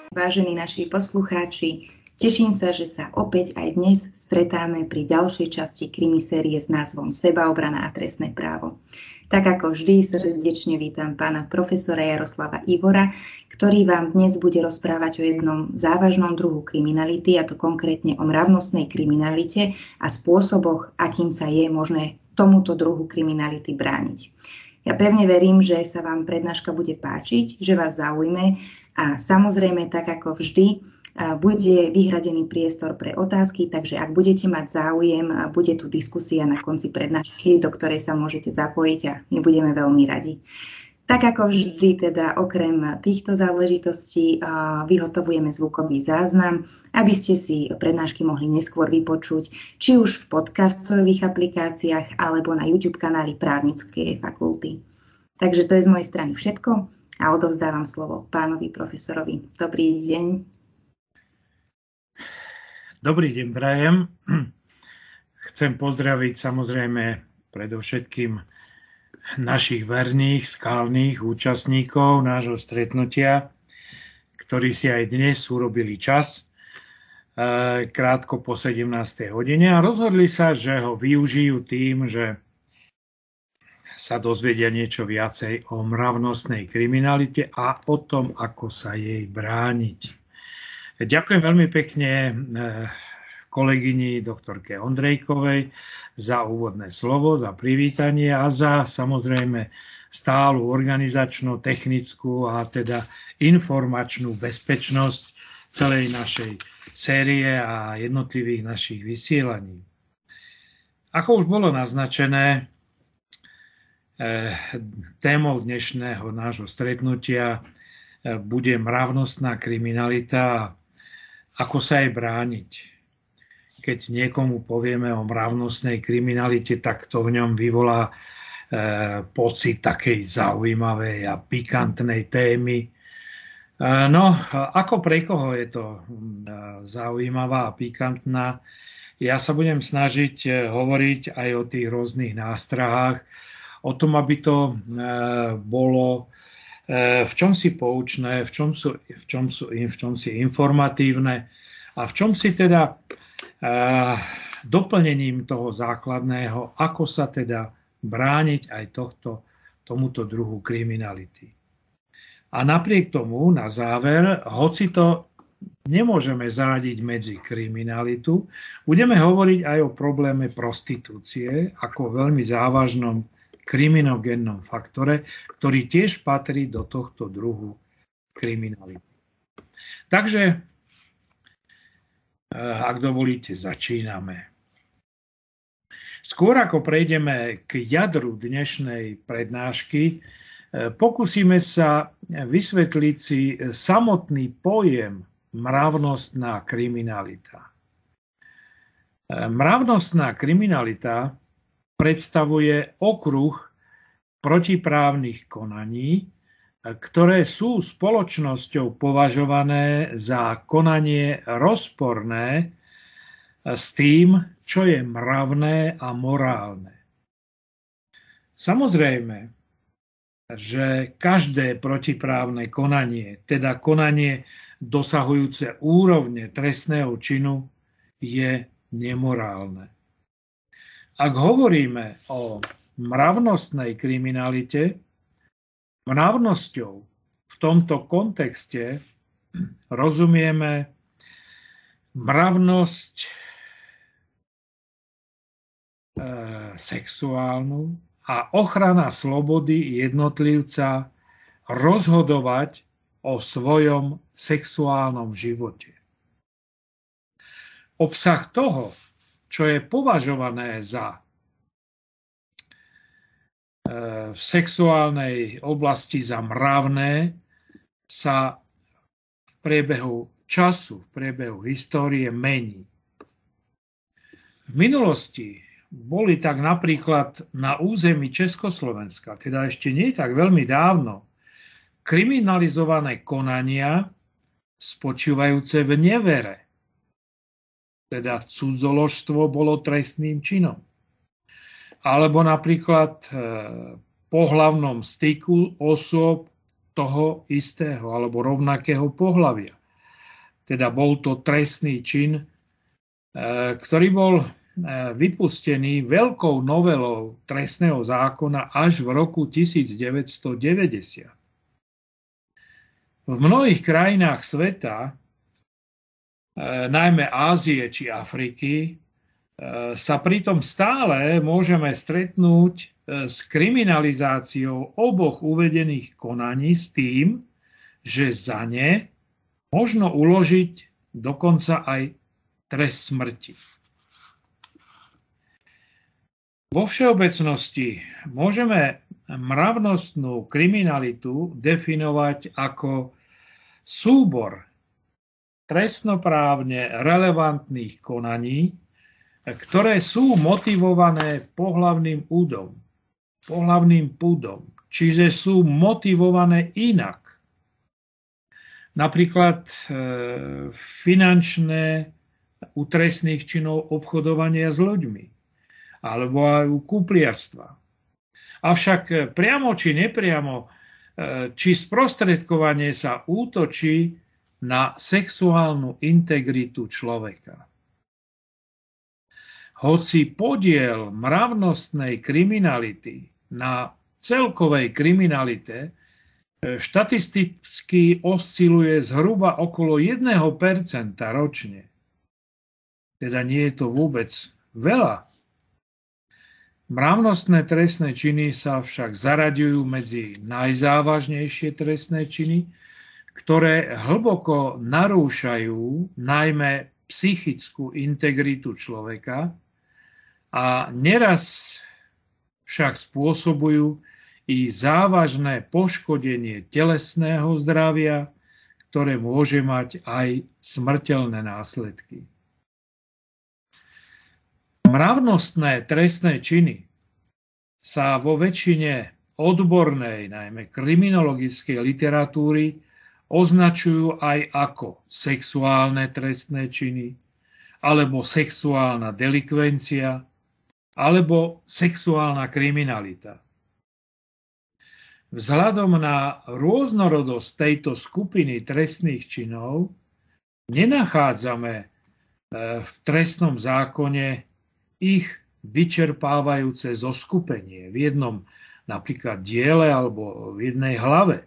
Vážení naši poslucháči, teším sa, že sa opäť aj dnes stretáme pri ďalšej časti krimisérie s názvom Sebaobrana a trestné právo. Tak ako vždy srdečne vítam pána profesora Jaroslava Ivora, ktorý vám dnes bude rozprávať o jednom závažnom druhu kriminality, a to konkrétne o mravnostnej kriminalite a spôsoboch, akým sa je možné tomuto druhu kriminality brániť. Ja pevne verím, že sa vám prednáška bude páčiť, že vás zaujme a samozrejme, tak ako vždy, bude vyhradený priestor pre otázky, takže ak budete mať záujem, bude tu diskusia na konci prednášky, do ktorej sa môžete zapojiť a my budeme veľmi radi. Tak ako vždy, teda okrem týchto záležitostí vyhotovujeme zvukový záznam, aby ste si prednášky mohli neskôr vypočuť, či už v podcastových aplikáciách alebo na YouTube kanáli Právnickej fakulty. Takže to je z mojej strany všetko a odovzdávam slovo pánovi profesorovi. Dobrý deň. Dobrý deň, prajem. Chcem pozdraviť samozrejme predovšetkým našich verných, skalných účastníkov nášho stretnutia, ktorí si aj dnes urobili čas krátko po 17. hodine a rozhodli sa, že ho využijú tým, že sa dozvedia niečo viacej o mravnostnej kriminalite a o tom, ako sa jej brániť. Ďakujem veľmi pekne kolegyni doktorke Ondrejkovej za úvodné slovo, za privítanie a za samozrejme stálu organizačnú, technickú a teda informačnú bezpečnosť celej našej série a jednotlivých našich vysielaní. Ako už bolo naznačené, témou dnešného nášho stretnutia bude mravnostná kriminalita, ako sa jej brániť. Keď niekomu povieme o mravnostnej kriminalite, tak to v ňom vyvolá pocit takej zaujímavej a pikantnej témy. No, ako pre koho je to zaujímavá a pikantná? Ja sa budem snažiť hovoriť aj o tých rôznych nástrahách, o tom, aby to bolo v čom si poučné, v čom si informatívne a v čom si teda doplnením toho základného, ako sa teda brániť aj tomuto druhu kriminality. A napriek tomu na záver, hoci to nemôžeme zaradiť medzi kriminalitu, budeme hovoriť aj o probléme prostitúcie ako veľmi závažnom kriminogénnom faktore, ktorý tiež patrí do tohto druhu kriminality. Takže, ak dovolíte, začíname. Skôr ako prejdeme k jadru dnešnej prednášky, pokúsime sa vysvetliť si samotný pojem mravnostná kriminalita. Mravnostná kriminalita predstavuje okruh protiprávnych konaní, ktoré sú spoločnosťou považované za konanie rozporné s tým, čo je mravné a morálne. Samozrejme, že každé protiprávne konanie, teda konanie dosahujúce úrovne trestného činu, je nemorálne. Ak hovoríme o mravnostnej kriminalite, mravnosťou v tomto kontexte rozumieme mravnosť sexuálnu a ochrana slobody jednotlivca rozhodovať o svojom sexuálnom živote. Obsah toho, čo je považované za v sexuálnej oblasti za mravné, sa v priebehu času, v priebehu histórie mení. V minulosti boli tak napríklad na území Československa, teda ešte nie tak veľmi dávno, kriminalizované konania spočívajúce v nevere. Teda cudzoložstvo bolo trestným činom. Alebo napríklad pohlavnom styku osôb toho istého alebo rovnakého pohlavia. Teda bol to trestný čin, ktorý bol vypustený veľkou novelou trestného zákona až v roku 1990. V mnohých krajinách sveta, najmä Ázie či Afriky, sa pritom stále môžeme stretnúť s kriminalizáciou oboch uvedených konaní s tým, že za ne možno uložiť dokonca aj trest smrti. Vo všeobecnosti môžeme mravnostnú kriminalitu definovať ako súbor trestnoprávne relevantných konaní, ktoré sú motivované pohlavným púdom, čiže sú motivované inak. Napríklad finančné u trestných činov obchodovania s ľuďmi, alebo aj u kúpliarstva. Avšak priamo či nepriamo, či sprostredkovanie sa útočí na sexuálnu integritu človeka. Hoci podiel mravnostnej kriminality na celkovej kriminalite štatisticky osciluje zhruba okolo 1% ročne. Teda nie je to vôbec veľa. Mravnostné trestné činy sa však zaraďujú medzi najzávažnejšie trestné činy, ktoré hlboko narúšajú najmä psychickú integritu človeka a neraz však spôsobujú i závažné poškodenie telesného zdravia, ktoré môže mať aj smrteľné následky. Mravnostné trestné činy sa vo väčšine odbornej, najmä kriminologickej literatúry označujú aj ako sexuálne trestné činy, alebo sexuálna delikvencia, alebo sexuálna kriminalita. Vzhľadom na rôznorodosť tejto skupiny trestných činov nenachádzame v trestnom zákone ich vyčerpávajúce zoskupenie v jednom napríklad diele alebo v jednej hlave.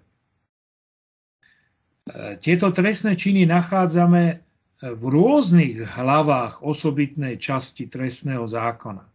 Tieto trestné činy nachádzame v rôznych hlavách osobitnej časti trestného zákona.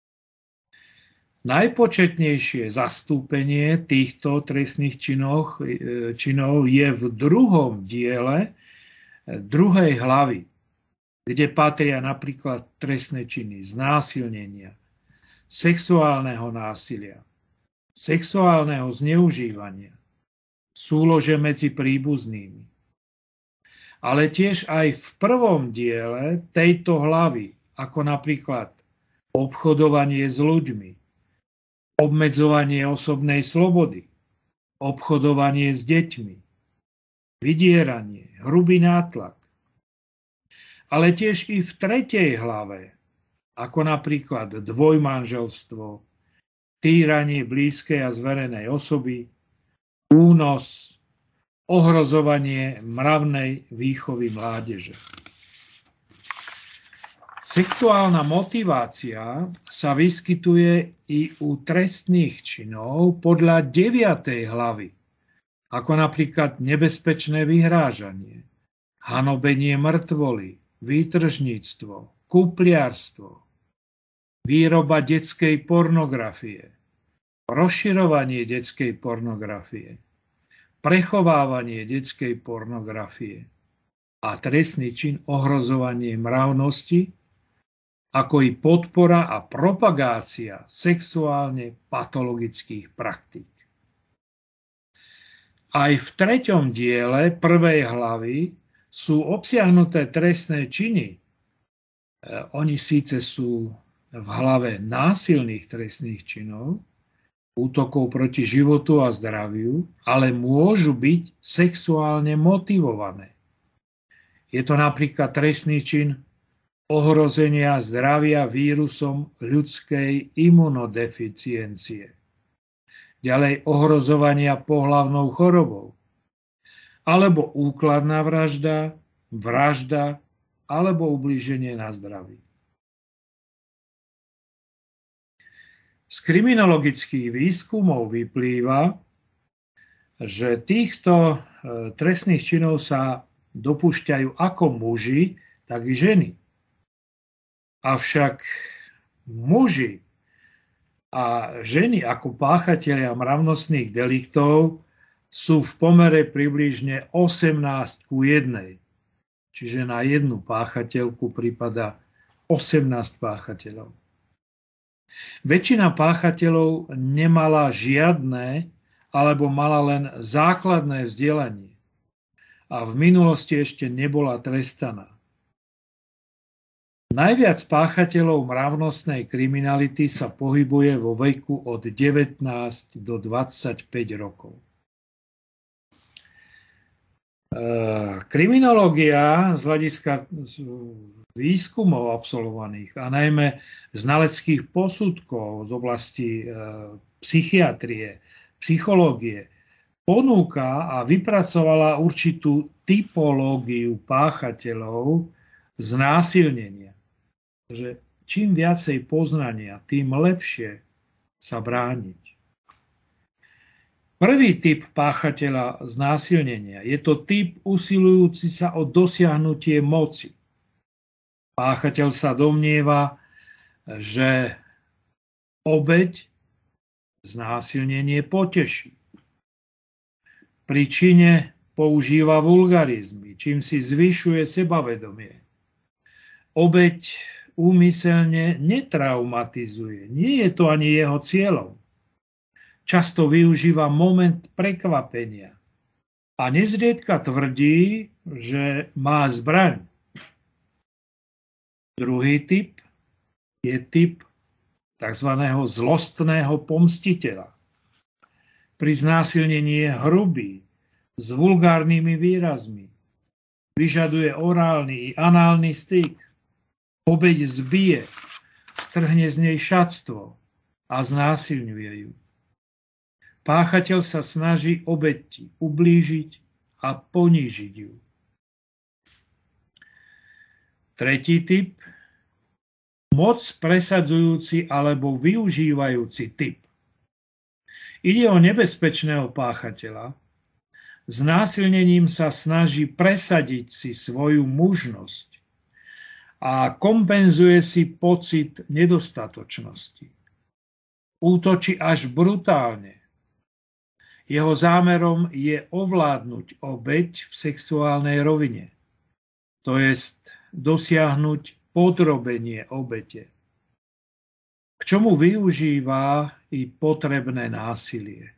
Najpočetnejšie zastúpenie týchto trestných činov je v druhom diele druhej hlavy, kde patria napríklad trestné činy znásilnenia, sexuálneho násilia, sexuálneho zneužívania, súlože medzi príbuznými. Ale tiež aj v prvom diele tejto hlavy, ako napríklad obchodovanie s ľuďmi, obmedzovanie osobnej slobody, obchodovanie s deťmi, vydieranie, hrubý nátlak. Ale tiež i v tretej hlave, ako napríklad dvojmanželstvo, týranie blízkej a zverenej osoby, únos, ohrozovanie mravnej výchovy mládeže. Sexuálna motivácia sa vyskytuje i u trestných činov podľa 9. hlavy, ako napríklad nebezpečné vyhrážanie, hanobenie mŕtvoly, výtržníctvo, kúpliarstvo, výroba detskej pornografie, rozširovanie detskej pornografie, prechovávanie detskej pornografie a trestný čin ohrozovanie mravnosti, ako i podpora a propagácia sexuálne patologických praktík. Aj v treťom diele prvej hlavy sú obsiahnuté trestné činy. Oni síce sú v hlave násilných trestných činov, útokov proti životu a zdraviu, ale môžu byť sexuálne motivované. Je to napríklad trestný čin ohrozenia zdravia vírusom ľudskej imunodeficiencie. Ďalej ohrozovania pohlavnou chorobou. Alebo úkladná vražda, vražda alebo ublíženie na zdraví. Z kriminologických výskumov vyplýva, že týchto trestných činov sa dopúšťajú ako muži, tak i ženy. Avšak muži a ženy ako páchatelia mravnostných deliktov sú v pomere približne 18:1. Čiže na jednu páchateľku pripadá 18 páchateľov. Väčšina páchateľov nemala žiadne alebo mala len základné vzdelanie a v minulosti ešte nebola trestaná. Najviac páchateľov mravnostnej kriminality sa pohybuje vo veku od 19 do 25 rokov. Kriminológia z hľadiska výskumov absolvovaných a najmä znaleckých posudkov z oblasti psychiatrie, psychológie ponúka a vypracovala určitú typológiu páchateľov znásilnenia. Že čím viacej poznania, tým lepšie sa brániť. Prvý typ páchateľa znásilnenia je to typ usilujúci sa o dosiahnutie moci. Páchateľ sa domnieva, že obeť znásilnenie poteší. Pri čine používa vulgarizmy, čím si zvyšuje sebavedomie. Obeť úmyselne netraumatizuje, nie je to ani jeho cieľom. Často využíva moment prekvapenia a nezriedka tvrdí, že má zbraň. Druhý typ je typ tzv. Zlostného pomstiteľa. Pri znásilnení je hrubý, s vulgárnymi výrazmi. Vyžaduje orálny i análny styk. Obeť zbije, strhne z nej šatstvo a znásilňuje ju. Páchateľ sa snaží obeti ublížiť a ponížiť ju. Tretí typ, moc presadzujúci alebo využívajúci typ. Ide o nebezpečného páchateľa. Znásilnením sa snaží presadiť si svoju mužnosť a kompenzuje si pocit nedostatočnosti. Útočí až brutálne. Jeho zámerom je ovládnuť obeť v sexuálnej rovine, to jest dosiahnuť podrobenie obete, k čomu využíva i potrebné násilie.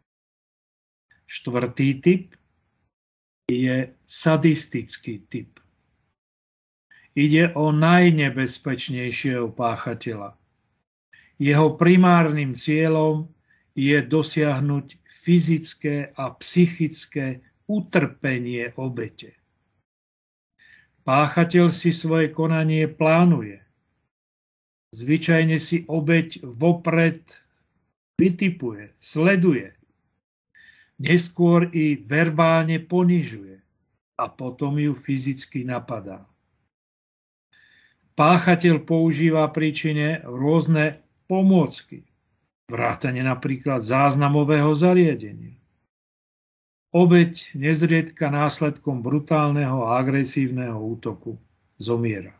Štvrtý typ je sadistický typ. Ide o najnebezpečnejšieho páchateľa. Jeho primárnym cieľom je dosiahnuť fyzické a psychické utrpenie obete. Páchateľ si svoje konanie plánuje. Zvyčajne si obeť vopred vytipuje, sleduje. Neskôr i verbálne ponižuje a potom ju fyzicky napadá. Páchateľ používa pri čine rôzne pomôcky, vrátane napríklad záznamového zariadenia. Obeť nezriedka následkom brutálneho a agresívneho útoku zomiera.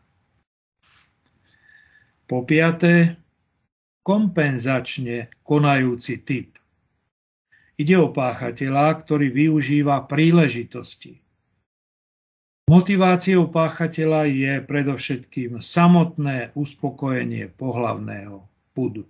Po piaté, kompenzačne konajúci typ. Ide o páchateľa, ktorý využíva príležitosti. Motiváciou páchateľa je predovšetkým samotné uspokojenie pohlavného pudu.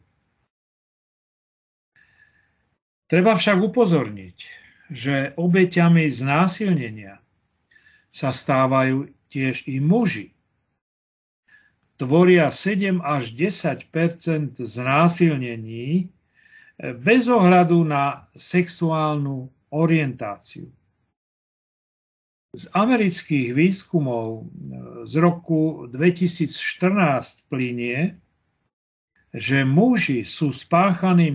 Treba však upozorniť, že obeťami znásilnenia sa stávajú tiež i muži. Tvoria 7 až 10% znásilnení bez ohľadu na sexuálnu orientáciu. Z amerických výskumov z roku 2014 plynie, že muži sú spáchaným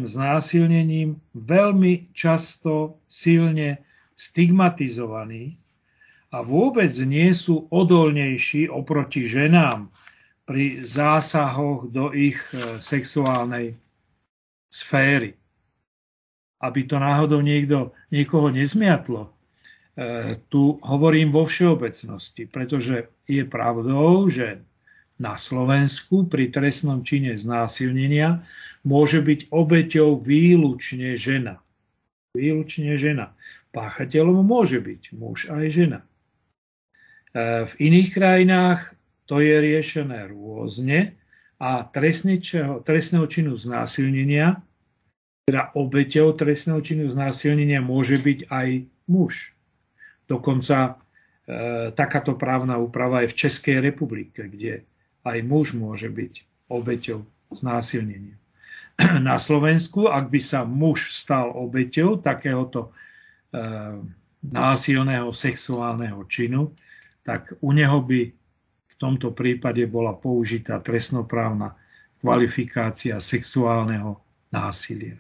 znásilnením veľmi často silne stigmatizovaní a vôbec nie sú odolnejší oproti ženám pri zásahoch do ich sexuálnej sféry. Aby to náhodou niekoho nezmiatlo, tu hovorím vo všeobecnosti, pretože je pravdou, že na Slovensku pri trestnom čine znásilnenia môže byť obeťou výlučne žena. Výlučne žena. Páchateľom môže byť muž aj žena. V iných krajinách to je riešené rôzne a trestného činu znásilnenia, teda obeťou trestného činu znásilnenia môže byť aj muž. Dokonca takáto právna úprava je v Českej republike, kde aj muž môže byť obeťou znásilnenia. Na Slovensku, ak by sa muž stal obeťou takéhoto násilného sexuálneho činu, tak u neho by v tomto prípade bola použitá trestnoprávna kvalifikácia sexuálneho násilia.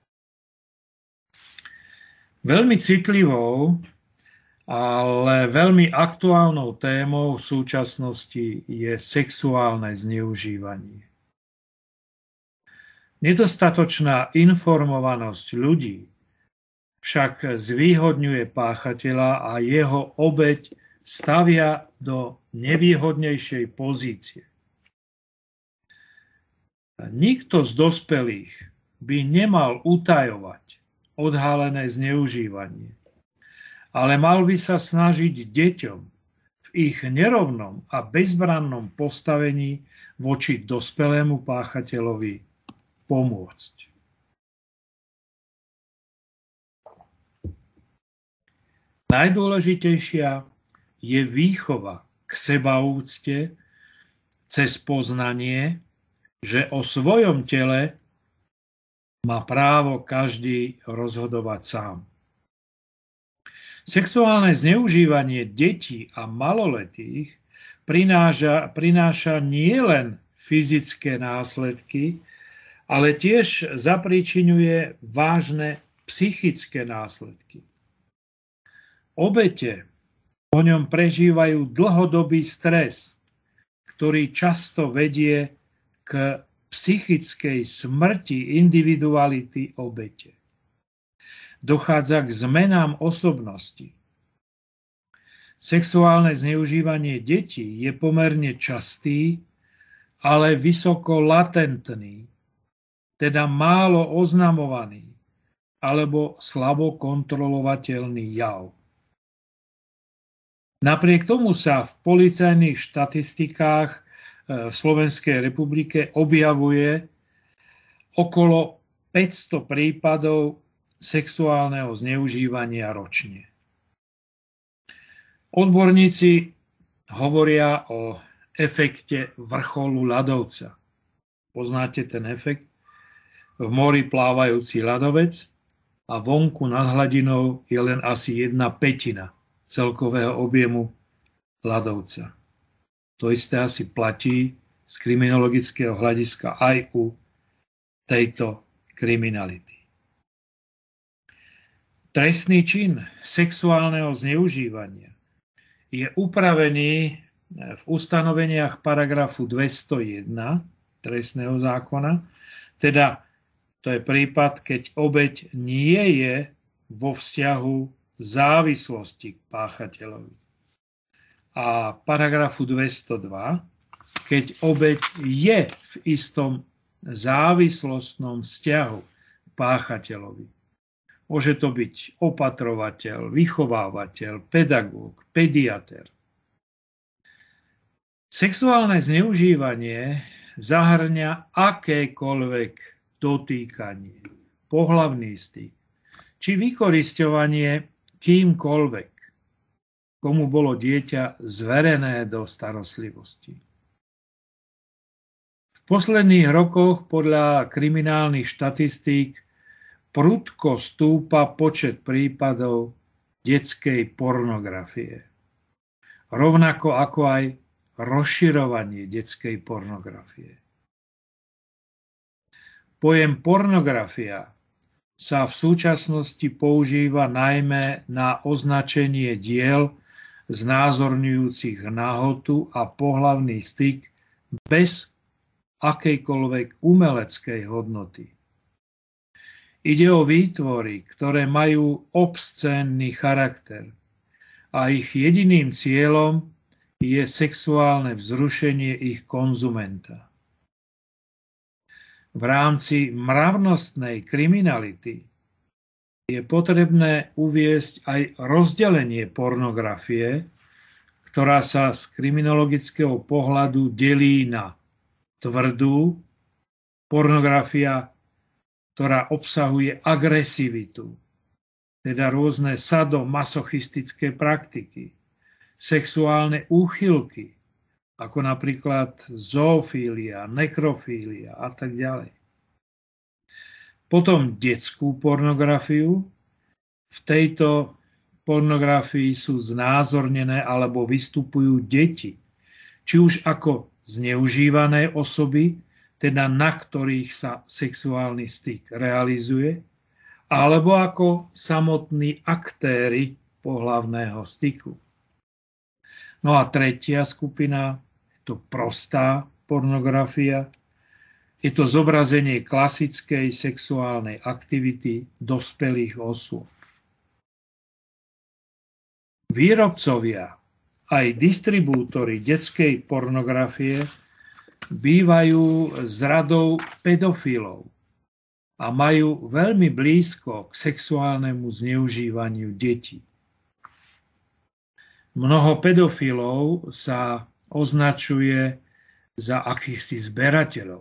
Veľmi citlivou, ale veľmi aktuálnou témou v súčasnosti je sexuálne zneužívanie. Nedostatočná informovanosť ľudí však zvýhodňuje páchateľa a jeho obeť stavia do nevýhodnejšej pozície. Nikto z dospelých by nemal utajovať odhalené zneužívanie, ale mal by sa snažiť deťom v ich nerovnom a bezbrannom postavení voči dospelému páchateľovi pomôcť. Najdôležitejšia je výchova k sebaúcte cez poznanie, že o svojom tele má právo každý rozhodovať sám. Sexuálne zneužívanie detí a maloletých prináša nielen fyzické následky, ale tiež zapríčiňuje vážne psychické následky. Obete po ňom prežívajú dlhodobý stres, ktorý často vedie k psychickej smrti individuality obete. Dochádza k zmenám osobnosti. Sexuálne zneužívanie detí je pomerne častý, ale vysoko latentný, teda málo oznamovaný alebo slabo kontrolovateľný jav. Napriek tomu sa v policajných štatistikách v Slovenskej republike objavuje okolo 500 prípadov sexuálneho zneužívania ročne. Odborníci hovoria o efekte vrcholu ľadovca. Poznáte ten efekt? V mori plávajúci ľadovec a vonku nad hladinou je len asi 1/5 celkového objemu ľadovca. To isté asi platí z kriminologického hľadiska aj u tejto kriminality. Trestný čin sexuálneho zneužívania je upravený v ustanoveniach paragrafu 201 trestného zákona, teda to je prípad, keď obeť nie je vo vzťahu závislosti k páchateľovi. A paragrafu 202, keď obeť je v istom závislostnom vzťahu k páchateľovi. Môže to byť opatrovateľ, vychovávateľ, pedagóg, pediater. Sexuálne zneužívanie zahŕňa akékoľvek dotýkanie, pohlavný styk, či vykorisťovanie kýmkoľvek, komu bolo dieťa zverené do starostlivosti. V posledných rokoch podľa kriminálnych štatistík prudko stúpa počet prípadov detskej pornografie. Rovnako ako aj rozširovanie detskej pornografie. Pojem pornografia sa v súčasnosti používa najmä na označenie diel znázorňujúcich nahotu a pohlavný styk bez akejkoľvek umeleckej hodnoty. Ide o výtvory, ktoré majú obscénny charakter a ich jediným cieľom je sexuálne vzrušenie ich konzumenta. V rámci mravnostnej kriminality je potrebné uviesť aj rozdelenie pornografie, ktorá sa z kriminologického pohľadu delí na tvrdú pornografia, ktorá obsahuje agresivitu, teda rôzne sadomasochistické praktiky, sexuálne úchylky, ako napríklad zoofília, nekrofília a tak ďalej. Potom detskú pornografiu. V tejto pornografii sú znázornené alebo vystupujú deti, či už ako zneužívané osoby, teda na ktorých sa sexuálny styk realizuje, alebo ako samotní aktéri pohlavného styku. No a tretia skupina, je to prostá pornografia, je to zobrazenie klasickej sexuálnej aktivity dospelých osôb. Výrobcovia aj distribútori detskej pornografie bývajú z radou pedofilov a majú veľmi blízko k sexuálnemu zneužívaniu detí. Mnoho pedofilov sa označuje za akýchsi zberateľov.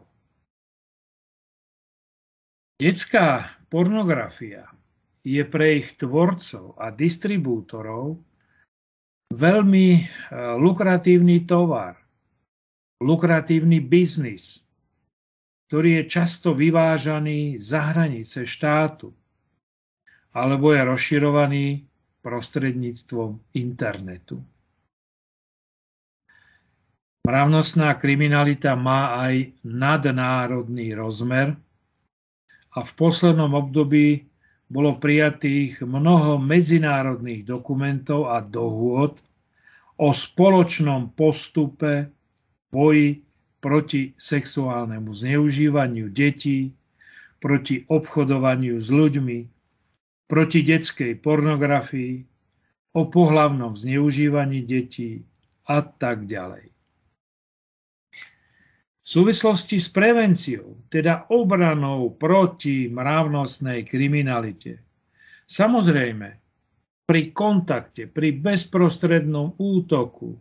Detská pornografia je pre ich tvorcov a distribútorov veľmi lukratívny tovar, lukratívny biznis, ktorý je často vyvážaný za hranice štátu alebo je rozširovaný prostredníctvom internetu. Mravnostná kriminalita má aj nadnárodný rozmer a v poslednom období bolo prijatých mnoho medzinárodných dokumentov a dohôd o spoločnom postupe boji proti sexuálnemu zneužívaniu detí, proti obchodovaniu s ľuďmi, proti detskej pornografii, o pohlavnom zneužívaní detí a tak ďalej. V súvislosti s prevenciou, teda obranou proti mravnostnej kriminalite, samozrejme pri kontakte, pri bezprostrednom útoku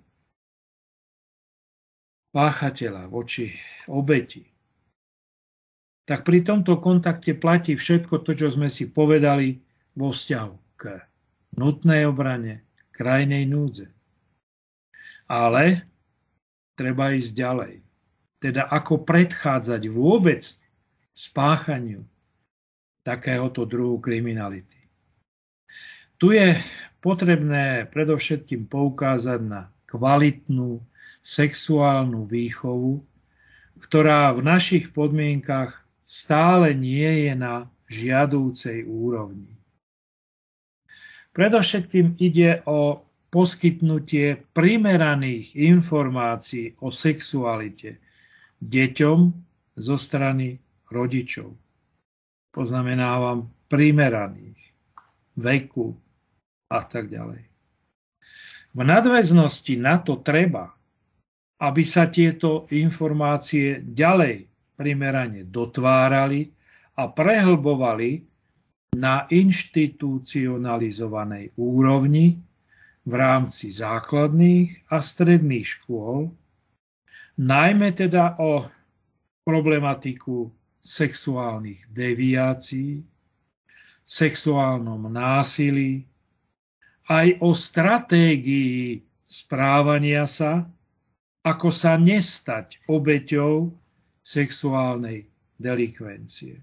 páchateľa voči obeti, tak pri tomto kontakte platí všetko to, čo sme si povedali vo vzťahu k nutnej obrane, krajnej núdze. Ale treba ísť ďalej. Teda ako predchádzať vôbec spáchaniu takéhoto druhu kriminality. Tu je potrebné predovšetkým poukázať na kvalitnú sexuálnu výchovu, ktorá v našich podmienkach stále nie je na žiadúcej úrovni. Predovšetkým ide o poskytnutie primeraných informácií o sexualite deťom zo strany rodičov. Poznamenávam primeraných, veku a tak ďalej. V nadväznosti na to treba, aby sa tieto informácie ďalej primerane dotvárali a prehlbovali na inštitucionalizovanej úrovni v rámci základných a stredných škôl, najmä teda o problematiku sexuálnych deviácií, sexuálnom násilí, aj o stratégii správania sa, ako sa nestať obeťou sexuálnej delikvencie.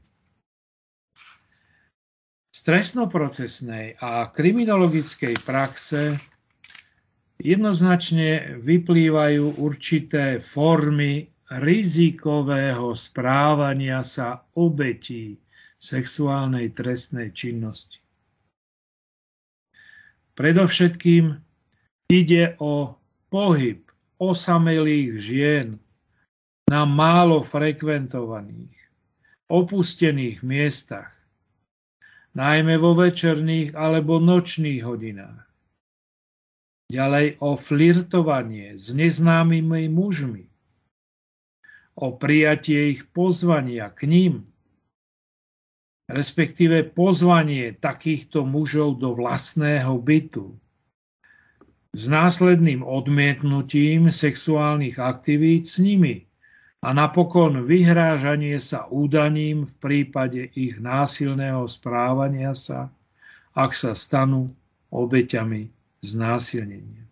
Z trestnoprocesnej a kriminologickej praxe jednoznačne vyplývajú určité formy rizikového správania sa obetí sexuálnej trestnej činnosti. Predovšetkým Ide o pohyb osamelých žien na málo frekventovaných, opustených miestach, najmä vo večerných alebo nočných hodinách. Ďalej o flirtovanie s neznámymi mužmi, o prijatie ich pozvania k ním, respektíve pozvanie takýchto mužov do vlastného bytu, s následným odmietnutím sexuálnych aktivít s nimi a napokon vyhrážanie sa údaním v prípade ich násilného správania sa, ak sa stanú obeťami znásilnenia.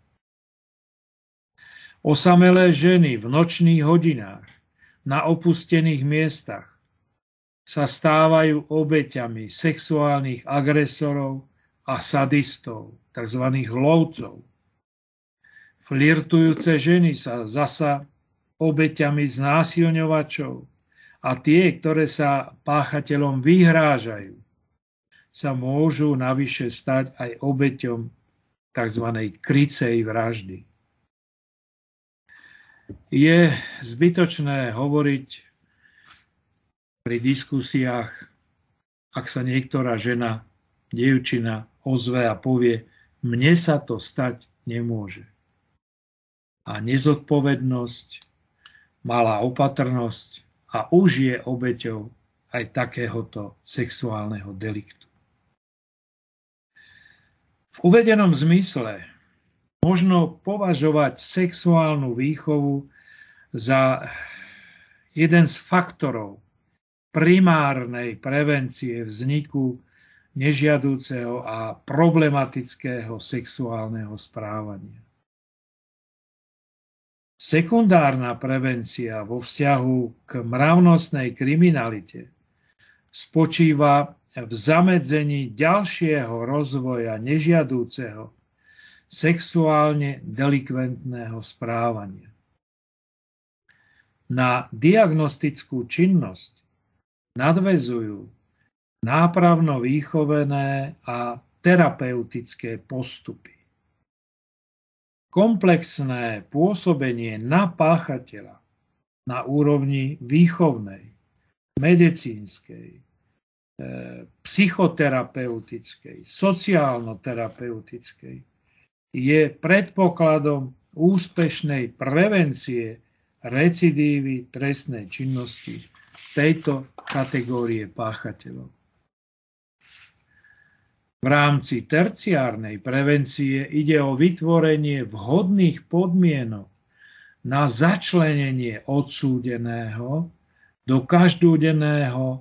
Osamelé ženy v nočných hodinách na opustených miestach sa stávajú obeťami sexuálnych agresorov a sadistov, tzv. Lovcov. Flirtujúce ženy sa zasa obeťami znásilňovačov a tie, ktoré sa páchateľom vyhrážajú, sa môžu navyše stať aj obeťom tzv. Krycej vraždy. Je zbytočné hovoriť pri diskusiách, ak sa niektorá žena, dievčina ozve a povie, mne sa to stať nemôže. A nezodpovednosť, malá opatrnosť a už je obeťou aj takéhoto sexuálneho deliktu. V uvedenom zmysle možno považovať sexuálnu výchovu za jeden z faktorov primárnej prevencie vzniku nežiadúceho a problematického sexuálneho správania. Sekundárna prevencia vo vzťahu k mravnostnej kriminalite spočíva v zamedzení ďalšieho rozvoja nežiadúceho sexuálne delikventného správania. Na diagnostickú činnosť nadväzujú nápravno-výchovné a terapeutické postupy. Komplexné pôsobenie na páchateľa na úrovni výchovnej, medicínskej, psychoterapeutickej, sociálno-terapeutickej je predpokladom úspešnej prevencie recidívy trestnej činnosti tejto kategórie páchateľov. V rámci terciárnej prevencie ide o vytvorenie vhodných podmienok na začlenenie odsúdeného do každodenného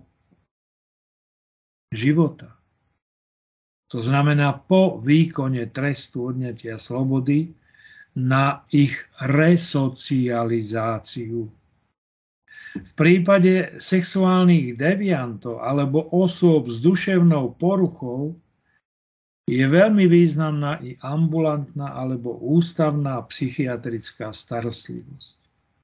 života. To znamená po výkone trestu odňatia slobody na ich resocializáciu. V prípade sexuálnych deviantov alebo osôb s duševnou poruchou je veľmi významná i ambulantná alebo ústavná psychiatrická starostlivosť.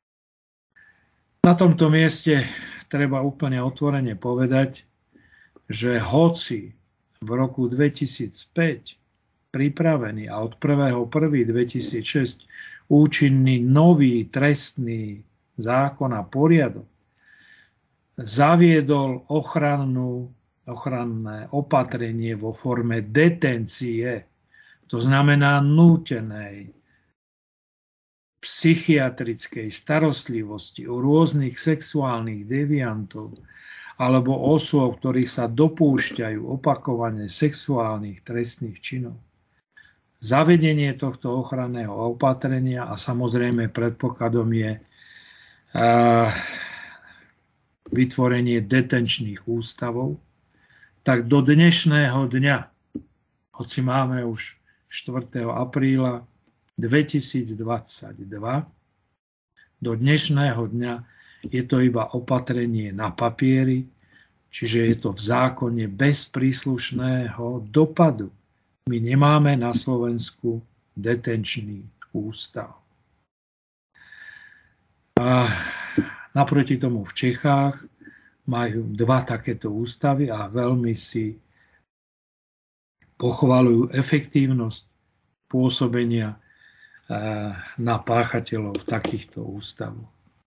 Na tomto mieste treba úplne otvorene povedať, že hoci v roku 2005 pripravený a od 1.1.2006 účinný nový trestný zákon a poriadok zaviedol ochranné opatrenie vo forme detencie, to znamená nútenej psychiatrickej starostlivosti u rôznych sexuálnych deviantov alebo osôb, ktorí sa dopúšťajú opakovane sexuálnych trestných činov. Zavedenie tohto ochranného opatrenia a samozrejme predpokladom je vytvorenie detenčných ústavov, tak do dnešného dňa, hoci máme už 4. apríla 2022, do dnešného dňa je to iba opatrenie na papieri, čiže je to v zákone bez príslušného dopadu. My nemáme na Slovensku detenčný ústav. A naproti tomu v Čechách majú 2 takéto ústavy a veľmi si pochvaľujú efektívnosť pôsobenia na páchateľov takýchto ústavov.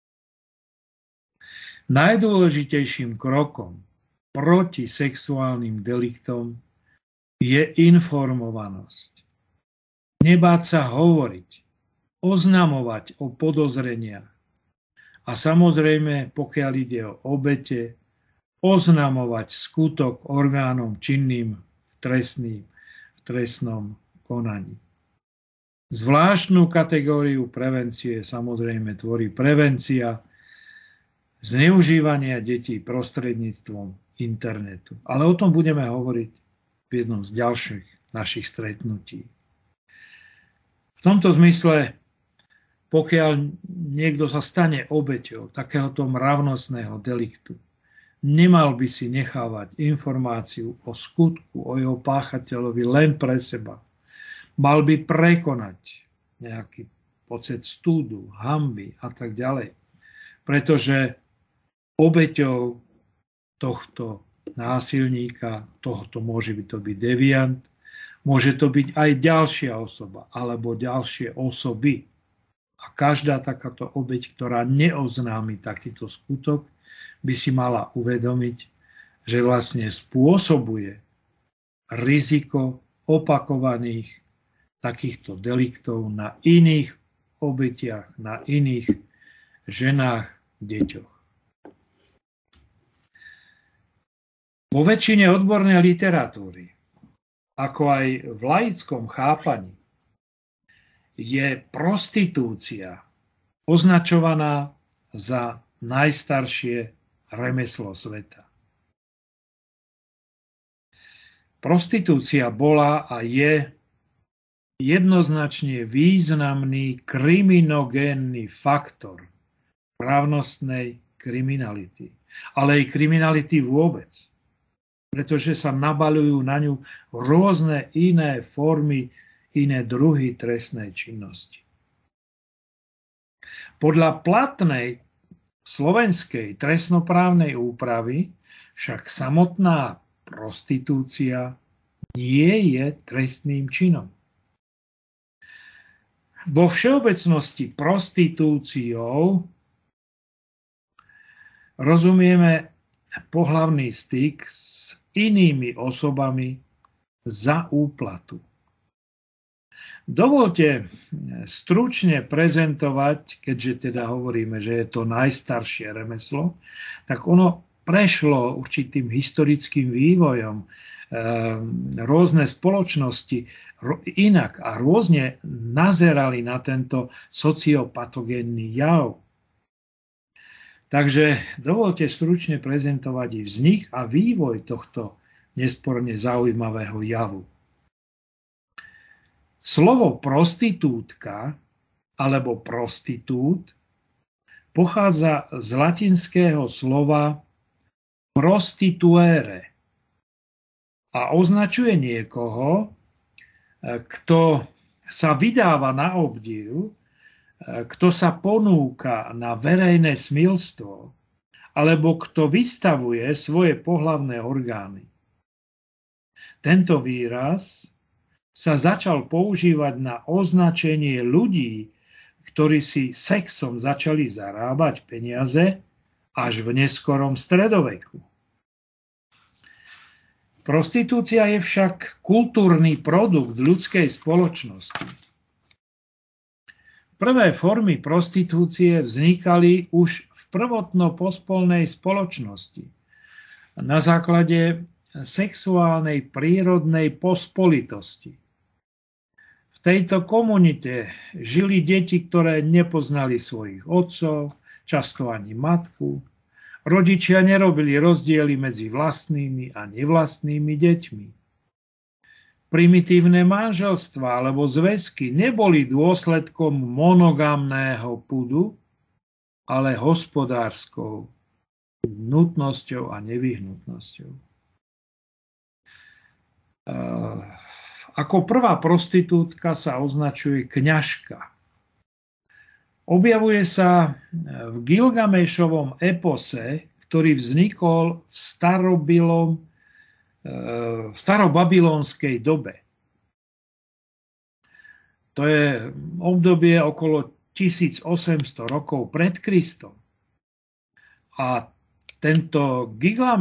Najdôležitejším krokom proti sexuálnym deliktom je informovanosť. Nebáť sa hovoriť, oznamovať o podozreniach. A samozrejme, pokiaľ ide o obete, oznamovať skutok orgánom činným v trestnom konaní. Zvláštnu kategóriu prevencie samozrejme tvorí prevencia zneužívania detí prostredníctvom internetu. Ale o tom budeme hovoriť v jednom z ďalších našich stretnutí. V tomto zmysle, pokiaľ niekto sa stane obeťou takéhoto mravnostného deliktu, nemal by si nechávať informáciu o skutku, o jeho páchateľovi len pre seba. Mal by prekonať nejaký pocit studu, hanby a tak ďalej. Pretože obeťou tohto násilníka, tohto môže to byť deviant, môže to byť aj ďalšia osoba alebo ďalšie osoby. A každá takáto obeť, ktorá neoznámi takýto skutok, by si mala uvedomiť, že vlastne spôsobuje riziko opakovaných takýchto deliktov na iných obetiach, na iných ženách, deťoch. Vo väčšine odbornej literatúry, ako aj v laickom chápaní, je prostitúcia označovaná za najstaršie remeslo sveta. Prostitúcia bola a je jednoznačne významný kriminogénny faktor právnostnej kriminality, ale aj kriminality vôbec, pretože sa nabaľujú na ňu rôzne iné formy, iné druhy trestnej činnosti. Podľa platnej slovenskej trestnoprávnej úpravy však samotná prostitúcia nie je trestným činom. Vo všeobecnosti prostitúciou rozumieme pohlavný styk s inými osobami za úplatu. Dovolte stručne prezentovať, keďže teda hovoríme, že je to najstaršie remeslo, tak ono prešlo určitým historickým vývojom. Rôzne spoločnosti inak a rôzne nazerali na tento sociopatogénny jav. Takže dovolte stručne prezentovať i vznik a vývoj tohto nesporne zaujímavého javu. Slovo prostitútka alebo prostitút pochádza z latinského slova prostituere a označuje niekoho, kto sa vydáva na obdiv, kto sa ponúka na verejné smilstvo, alebo kto vystavuje svoje pohlavné orgány. Tento výraz sa začal používať na označenie ľudí, ktorí si sexom začali zarábať peniaze až v neskorom stredoveku. Prostitúcia je však kultúrny produkt ľudskej spoločnosti. Prvé formy prostitúcie vznikali už v prvotno-pospolnej spoločnosti na základe sexuálnej prírodnej pospolitosti. V tejto komunite žili deti, ktoré nepoznali svojich otcov, často ani matku. Rodičia nerobili rozdiely medzi vlastnými a nevlastnými deťmi. Primitívne manželstvá alebo zväzky neboli dôsledkom monogamného pudu, ale hospodárskou nutnosťou a nevyhnutnosťou. Ako prvá prostitútka sa označuje kňažka. Objavuje sa v Gilgamešovom epose, ktorý vznikol v starobabylonskej dobe. To je obdobie okolo 1800 rokov pred Kristom. A tento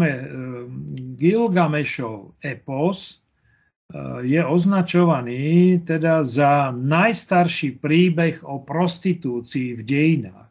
Gilgamešov epos je označovaný teda za najstarší príbeh o prostitúcii v dejinách.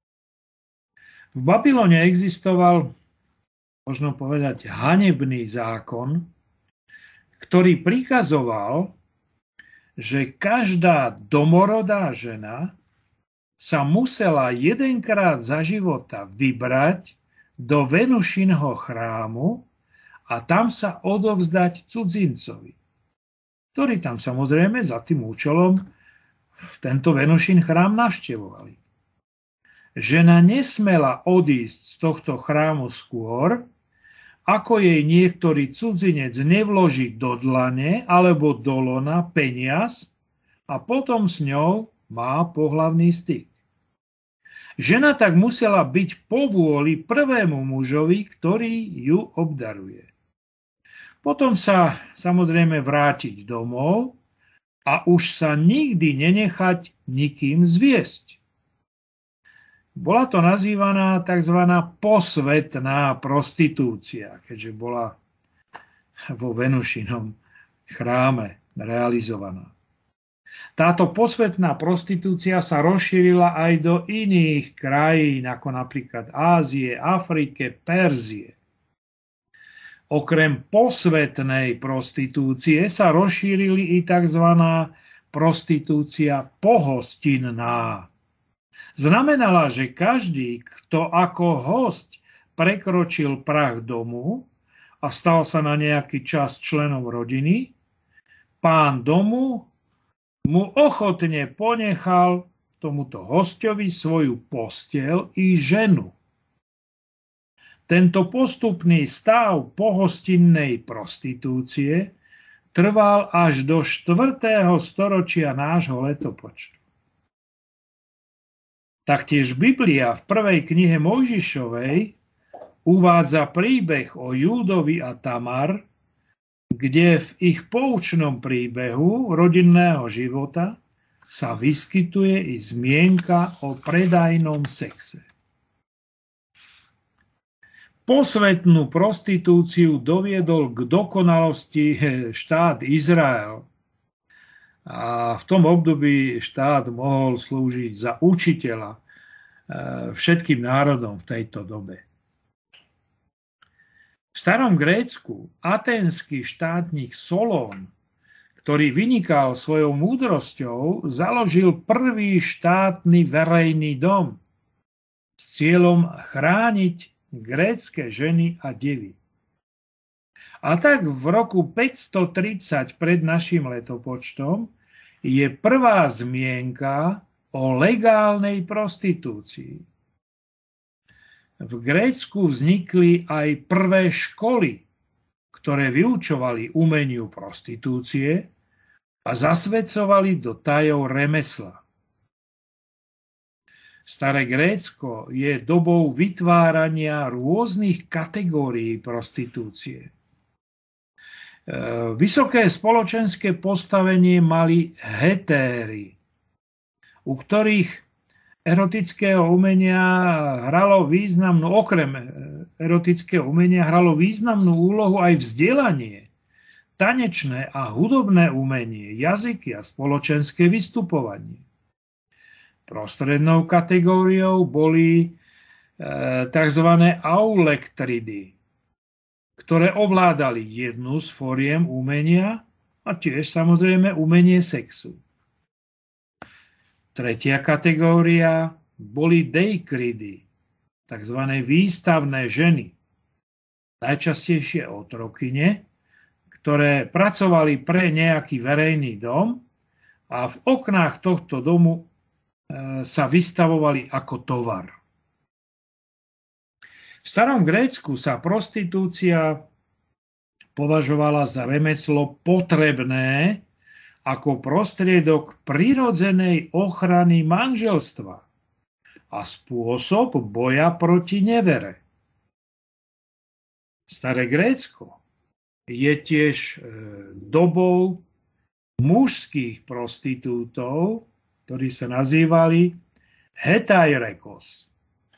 V Babylone existoval, možno povedať, hanebný zákon, ktorý prikazoval, že každá domorodá žena sa musela jedenkrát za života vybrať do Venušinho chrámu a tam sa odovzdať cudzincovi, ktorí tam samozrejme za tým účelom tento Venušin chrám navštevovali. Žena nesmela odísť z tohto chrámu skôr, ako jej niektorý cudzinec nevloží do dlane alebo do lona peniaz a potom s ňou má pohlavný styk. Žena tak musela byť povôli prvému mužovi, ktorý ju obdaruje. Potom sa samozrejme vrátiť domov a už sa nikdy nenechať nikým zviesť. Bola to nazývaná tzv. Posvetná prostitúcia, keďže bola vo Venušinom chráme realizovaná. Táto posvetná prostitúcia sa rozšírila aj do iných krajín, ako napríklad Ázie, Afrike, Perzie. Okrem posvetnej prostitúcie sa rozšírili i tzv. Prostitúcia pohostinná. Znamenala, že každý, kto ako hosť prekročil prah domu a stal sa na nejaký čas členom rodiny, pán domu mu ochotne ponechal tomuto hosťovi svoju posteľ i ženu. Tento postupný stav pohostinnej prostitúcie trval až do 4. storočia nášho letopočtu. Taktiež Biblia v prvej knihe Mojžišovej uvádza príbeh o Júdovi a Tamar, kde v ich poučnom príbehu rodinného života sa vyskytuje i zmienka o predajnom sexe. Posvetnú prostitúciu doviedol k dokonalosti štát Izrael. A v tom období štát mohol slúžiť za učiteľa všetkým národom v tejto dobe. V starom Grécku aténsky štátnik Solón, ktorý vynikal svojou múdrosťou, založil prvý štátny verejný dom s cieľom chrániť grécke ženy a devy. A tak v roku 530 pred našim letopočtom je prvá zmienka o legálnej prostitúcii. V Grécku vznikli aj prvé školy, ktoré vyučovali umeniu prostitúcie a zasvedcovali do tajov remesla. Staré Grécko je dobou vytvárania rôznych kategórií prostitúcie. Vysoké spoločenské postavenie mali hetéry, u ktorých erotického umenia hralo významnú, okrem erotického umenia hralo významnú úlohu aj vzdelanie, tanečné a hudobné umenie, jazyky a spoločenské vystupovanie. Prostrednou kategóriou boli tzv. Aulektridy, ktoré ovládali jednu z foriem umenia a tiež samozrejme umenie sexu. Tretia kategória boli deikridy, tzv. Výstavné ženy, najčastejšie otrokyne, ktoré pracovali pre nejaký verejný dom a v oknách tohto domu sa vystavovali ako tovar. V starom Grécku sa prostitúcia považovala za remeslo potrebné ako prostriedok prirodzenej ochrany manželstva a spôsob boja proti nevere. Staré Grécko je tiež dobou mužských prostitútov, ktorí sa nazývali hetairekos.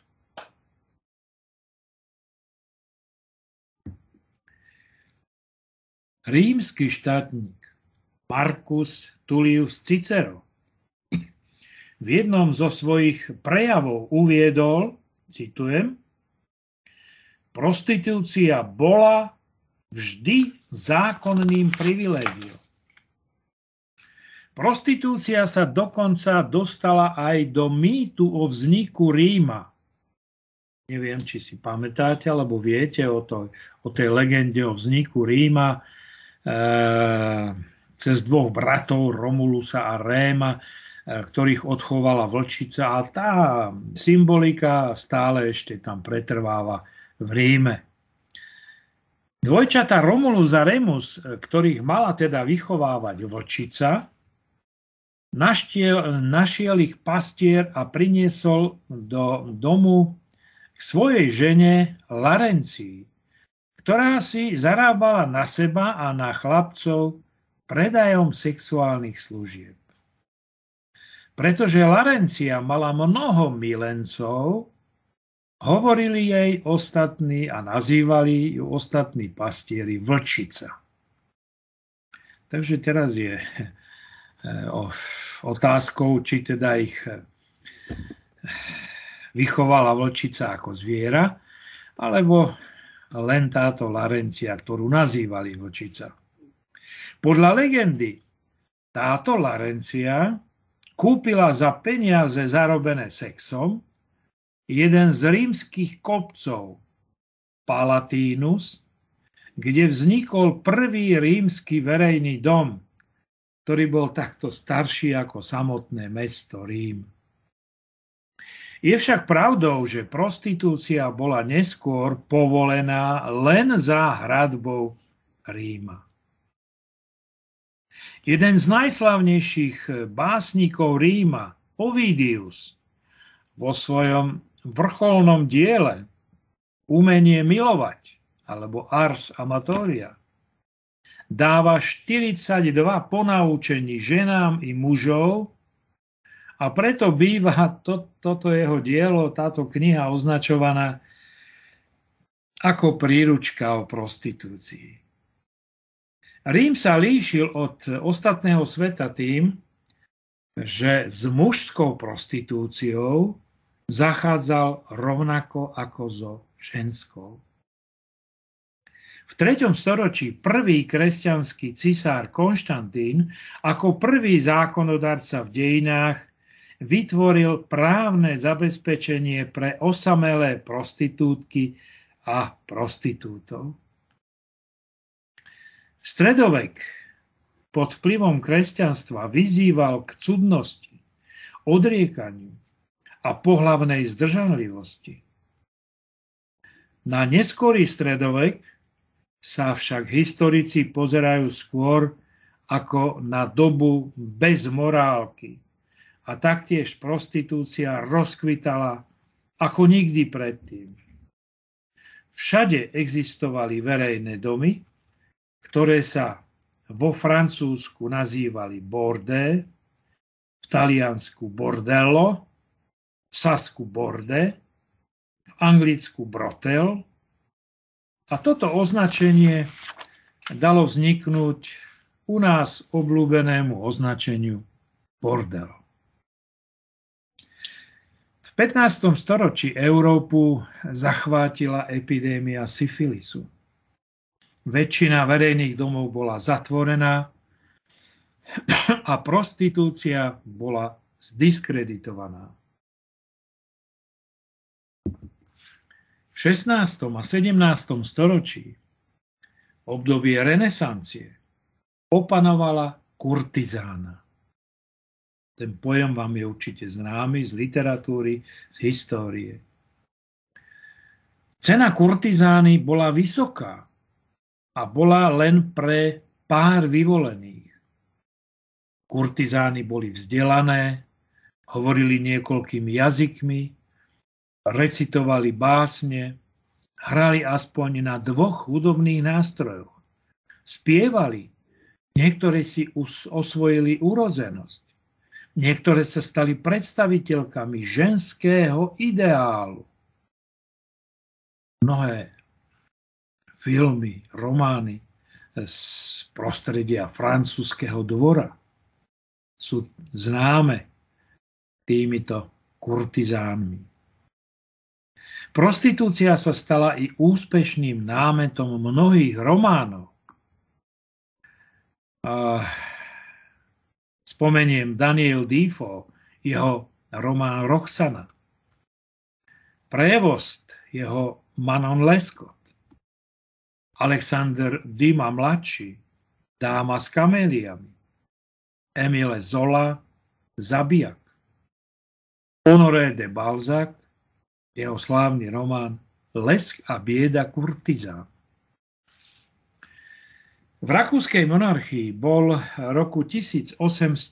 Rímsky štátnik Marcus Tullius Cicero v jednom zo svojich prejavov uviedol, citujem, prostitúcia bola vždy zákonným privilégiom. Prostitúcia sa dokonca dostala aj do mýtu o vzniku Ríma. Neviem, či si pamätáte, alebo viete o tej legende o vzniku Ríma cez dvoch bratov, Romulusa a Réma, ktorých odchovala vlčica, a tá symbolika stále ešte tam pretrváva v Ríme. Dvojčatá Romulus a Remus, ktorých mala teda vychovávať vlčica, našiel ich pastier a priniesol do domu k svojej žene Larencii, ktorá si zarábala na seba a na chlapcov predajom sexuálnych služieb. Pretože Larencia mala mnoho milencov, hovorili jej ostatní a nazývali ju ostatní pastieri vlčica. Takže teraz je otázkou, či teda ich vychovala vlčica ako zviera, alebo len táto Larencia, ktorú nazývali vlčica. Podľa legendy táto Larencia kúpila za peniaze zarobené sexom jeden z rímskych kopcov, Palatínus, kde vznikol prvý rímsky verejný dom, ktorý bol takto starší ako samotné mesto Rím. Je však pravdou, že prostitúcia bola neskôr povolená len za hradbou Ríma. Jeden z najslavnejších básnikov Ríma, Ovidius, vo svojom vrcholnom diele Umenie milovať, alebo Ars Amatoria, dáva 42 ponaučení ženám i mužov, a preto býva toto jeho dielo, táto kniha označovaná ako príručka o prostitúcii. Rím sa líšil od ostatného sveta tým, že s mužskou prostitúciou zachádzal rovnako ako so ženskou. V 3. storočí prvý kresťanský cisár Konštantín ako prvý zákonodarca v dejinách vytvoril právne zabezpečenie pre osamelé prostitútky a prostitútov. Stredovek pod vplyvom kresťanstva vyzýval k cudnosti, odriekaniu a pohlavnej zdržanlivosti. Na neskorý stredovek sa však historici pozerajú skôr ako na dobu bez morálky, a taktiež prostitúcia rozkvitala ako nikdy predtým. Všade existovali verejné domy, ktoré sa vo Francúzsku nazývali bordé, v Taliansku bordello, v Sasku borde, v Anglicku brotel, a toto označenie dalo vzniknúť u nás obľúbenému označeniu bordel. V 15. storočí Európu zachvátila epidémia syfilisu. Väčšina verejných domov bola zatvorená a prostitúcia bola zdiskreditovaná. V 16. a 17. storočí, obdobie renesancie, opanovala kurtizána. Ten pojem vám je určite známy z literatúry, z histórie. Cena kurtizány bola vysoká a bola len pre pár vyvolených. Kurtizány boli vzdelané, hovorili niekoľkými jazykmi, recitovali básne, hrali aspoň na 2 hudobných nástrojoch, spievali, Niektorí si osvojili urodzenosť. Niektoré sa stali predstaviteľkami ženského ideálu. Mnohé filmy, romány z prostredia francúzskeho dvora sú známe týmito kurtizánmi. Prostitúcia sa stala i úspešným námetom mnohých románov. Spomeniem Daniel Defoe, jeho román Roxana, Prévost, jeho Manon Lescaut, Alexander Dumas mladší, Dáma s kaméliami, Émile Zola, Zabijak, Honoré de Balzac, jeho slávny román Lesk a bieda kurtizán. V rakúskej monarchii bol roku 1852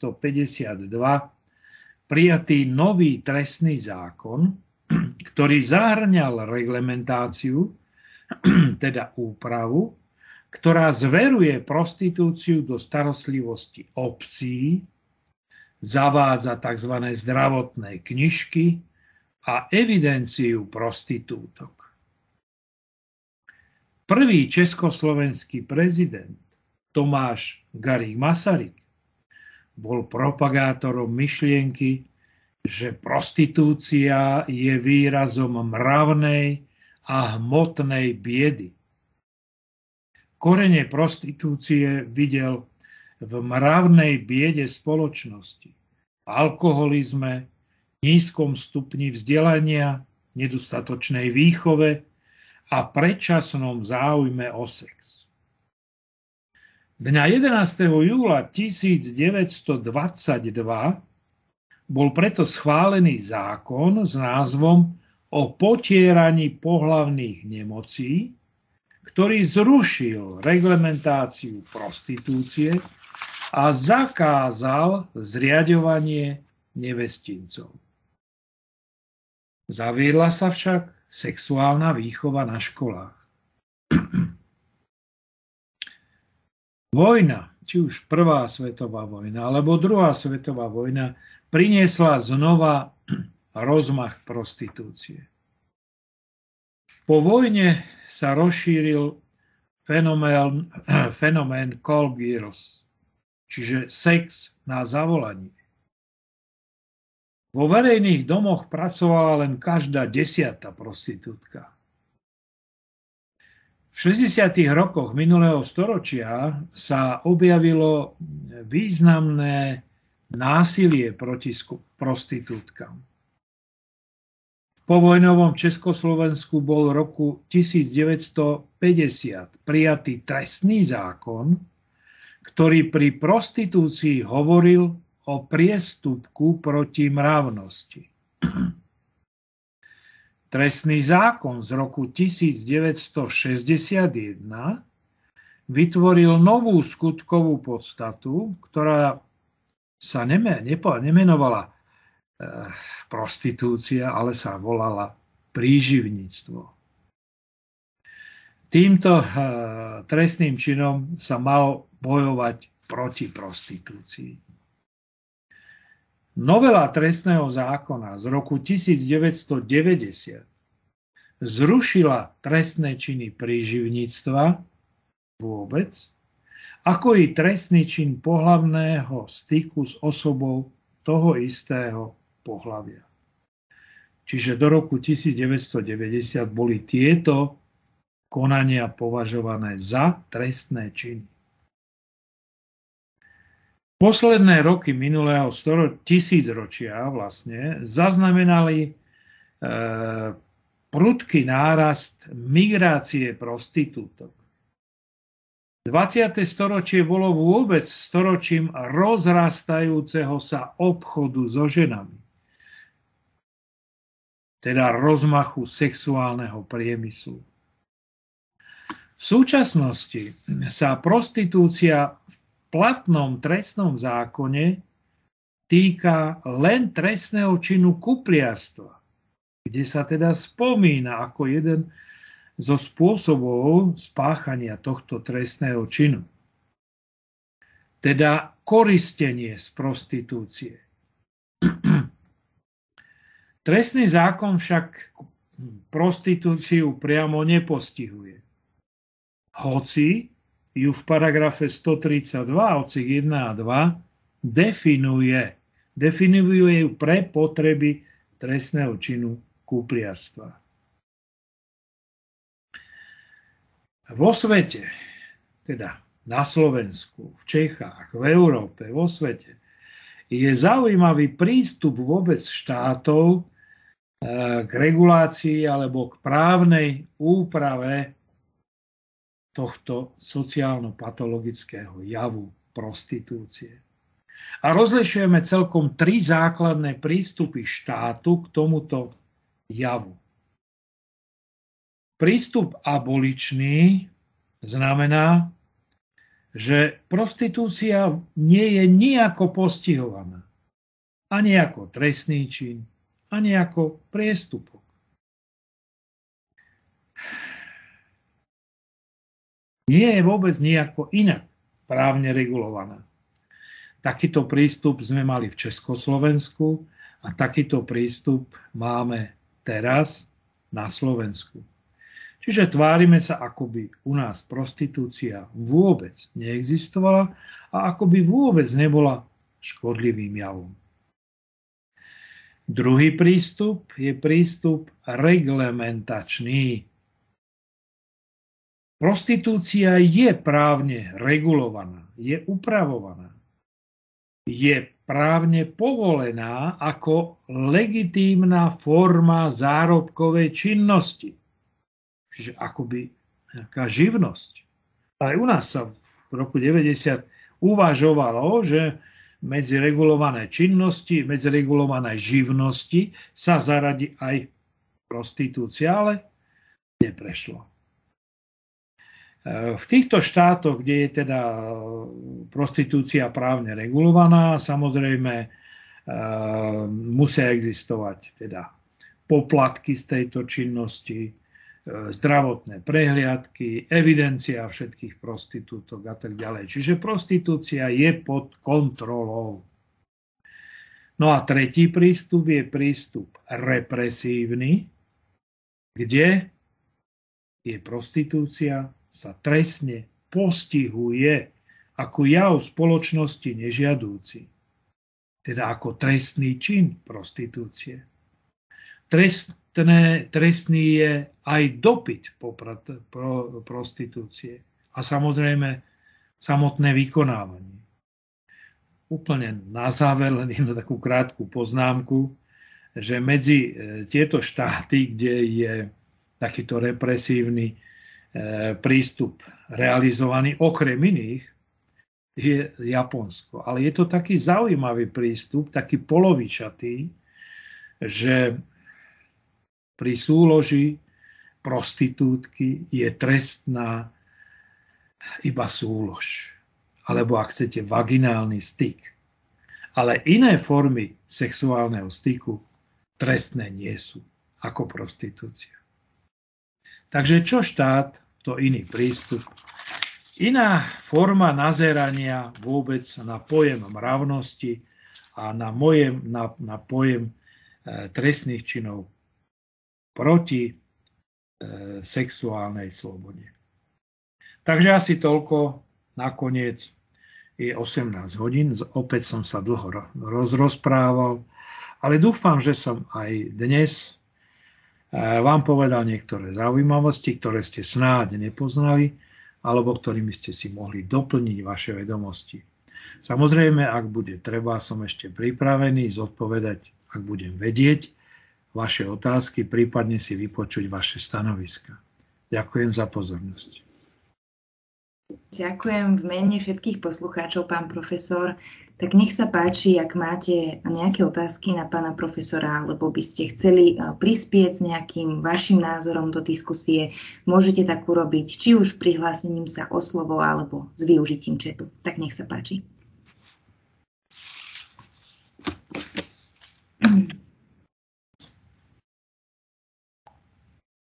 prijatý nový trestný zákon, ktorý zahŕňal reglementáciu, teda úpravu, ktorá zveruje prostitúciu do starostlivosti obcí, zavádza tzv. Zdravotné knižky a evidenciu prostitútok. Prvý československý prezident Tomáš Garrigue Masaryk bol propagátorom myšlienky, že prostitúcia je výrazom mravnej a hmotnej biedy. Korene prostitúcie videl v mravnej biede spoločnosti, alkoholizme, nízkom stupni vzdelania, nedostatočnej výchove a predčasnom záujme o sex. Dňa 11. júla 1922 bol preto schválený zákon s názvom o potieraní pohlavných nemocí, ktorý zrušil reglementáciu prostitúcie a zakázal zriaďovanie nevestincov. Zaviedla sa však sexuálna výchova na školách. Vojna, či už prvá svetová vojna, alebo druhá svetová vojna, priniesla znova rozmach prostitúcie. Po vojne sa rozšíril fenomén call girls, čiže sex na zavolanie. Vo verejných domoch pracovala len každá 10. prostitútka. V 60. rokoch minulého storočia sa objavilo významné násilie proti prostitútkam. V povojnovom Československu bol v roku 1950 prijatý trestný zákon, ktorý pri prostitúcii hovoril o priestupku proti mravnosti. Trestný zákon z roku 1961 vytvoril novú skutkovú podstatu, ktorá sa nemenovala prostitúcia, ale sa volala príživníctvo. Týmto trestným činom sa malo bojovať proti prostitúcii. Novela trestného zákona z roku 1990 zrušila trestné činy príživníctva vôbec, ako i trestný čin pohlavného styku s osobou toho istého pohlavia. Čiže do roku 1990 boli tieto konania považované za trestné činy. Posledné roky minulého tisícročia vlastne zaznamenali prudký nárast migrácie prostitútok. 20. storočie bolo vôbec storočím rozrastajúceho sa obchodu so ženami, teda rozmachu sexuálneho priemyslu. V súčasnosti sa prostitúcia v platnom trestnom zákone týka len trestného činu kupliarstva, kde sa teda spomína ako jeden zo spôsobov spáchania tohto trestného činu. teda koristenie z prostitúcie. Trestný zákon však prostitúciu priamo nepostihuje. Hoci ju v paragrafe 132 odsek 1 a 2 definuje ju pre potreby trestného činu kúpliarstva. Vo svete, teda na Slovensku, v Čechách, v Európe, vo svete, je zaujímavý prístup vôbec štátov k regulácii alebo k právnej úprave tohto sociálno-patologického javu prostitúcie. A rozlišujeme celkom 3 základné prístupy štátu k tomuto javu. Prístup aboličný znamená, že prostitúcia nie je nijako postihovaná. Ani ako trestný čin, ani ako priestupok. Nie je vôbec nejako inak právne regulovaná. Takýto prístup sme mali v Československu a takýto prístup máme teraz na Slovensku. Čiže tvárime sa, ako by u nás prostitúcia vôbec neexistovala a ako by vôbec nebola škodlivým javom. Druhý prístup je prístup reglementačný. Prostitúcia je právne regulovaná, je upravovaná. Je právne povolená ako legitímna forma zárobkovej činnosti. Čiže akoby nejaká živnosť. Aj u nás sa v roku 90 uvažovalo, že medzi regulované činnosti, medzi regulované živnosti sa zaradí aj prostitúcia, ale neprešlo. V týchto štátoch, kde je teda prostitúcia právne regulovaná, samozrejme musia existovať teda poplatky z tejto činnosti, zdravotné prehliadky, evidencia všetkých prostitútok a tak ďalej. Čiže prostitúcia je pod kontrolou. No a tretí prístup je prístup represívny, kde je prostitúcia sa trestne postihuje ako jav spoločnosti nežiadúci. Teda ako trestný čin prostitúcie. Trestný je aj dopyt po prostitúcie a samozrejme samotné vykonávanie. Úplne na záver len jednu takú krátku poznámku, že medzi tieto štáty, kde je takýto represívny prístup realizovaný okrem iných, je Japonsko. Ale je to taký zaujímavý prístup, taký polovičatý, že pri súloži prostitútky je trestná iba súlož. Alebo ak chcete, vaginálny styk. Ale iné formy sexuálneho styku trestné nie sú ako prostitúcia. Takže čo štát, to iný prístup. Iná forma nazerania vôbec na pojem mravnosti a na pojem trestných činov proti sexuálnej slobode. Takže asi toľko. Nakoniec je 18 hodín. Opäť som sa dlho rozprával, ale dúfam, že som aj dnes vám povedal niektoré zaujímavosti, ktoré ste snáď nepoznali, alebo ktorými ste si mohli doplniť vaše vedomosti. Samozrejme, ak bude treba, som ešte pripravený zodpovedať, ak budem vedieť, vaše otázky, prípadne si vypočuť vaše stanoviska. Ďakujem za pozornosť. Ďakujem v mene všetkých poslucháčov, pán profesor. Tak nech sa páči, ak máte nejaké otázky na pána profesora, alebo by ste chceli prispieť s nejakým vašim názorom do diskusie, môžete tak urobiť, či už prihlásením sa o slovo, alebo s využitím chatu. Tak nech sa páči.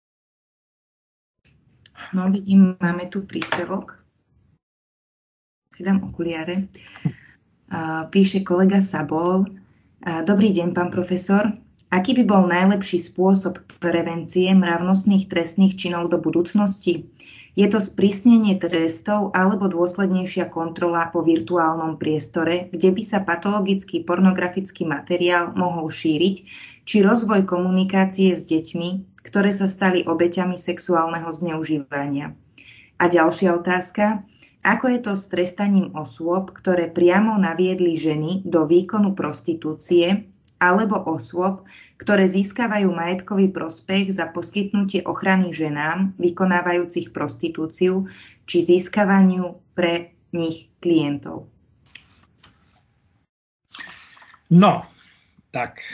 No, vidím, máme tu príspevok. si dám okuliare. Píše kolega Sabol. Dobrý deň, pán profesor. Aký by bol najlepší spôsob prevencie mravnostných trestných činov do budúcnosti? Je to sprísnenie trestov alebo dôslednejšia kontrola vo virtuálnom priestore, kde by sa patologický pornografický materiál mohol šíriť, či rozvoj komunikácie s deťmi, ktoré sa stali obeťami sexuálneho zneužívania? A ďalšia otázka. Ako je to s trestaním osôb, ktoré priamo naviedli ženy do výkonu prostitúcie, alebo osôb, ktoré získavajú majetkový prospech za poskytnutie ochrany ženám vykonávajúcich prostitúciu či získavaniu pre nich klientov? No, tak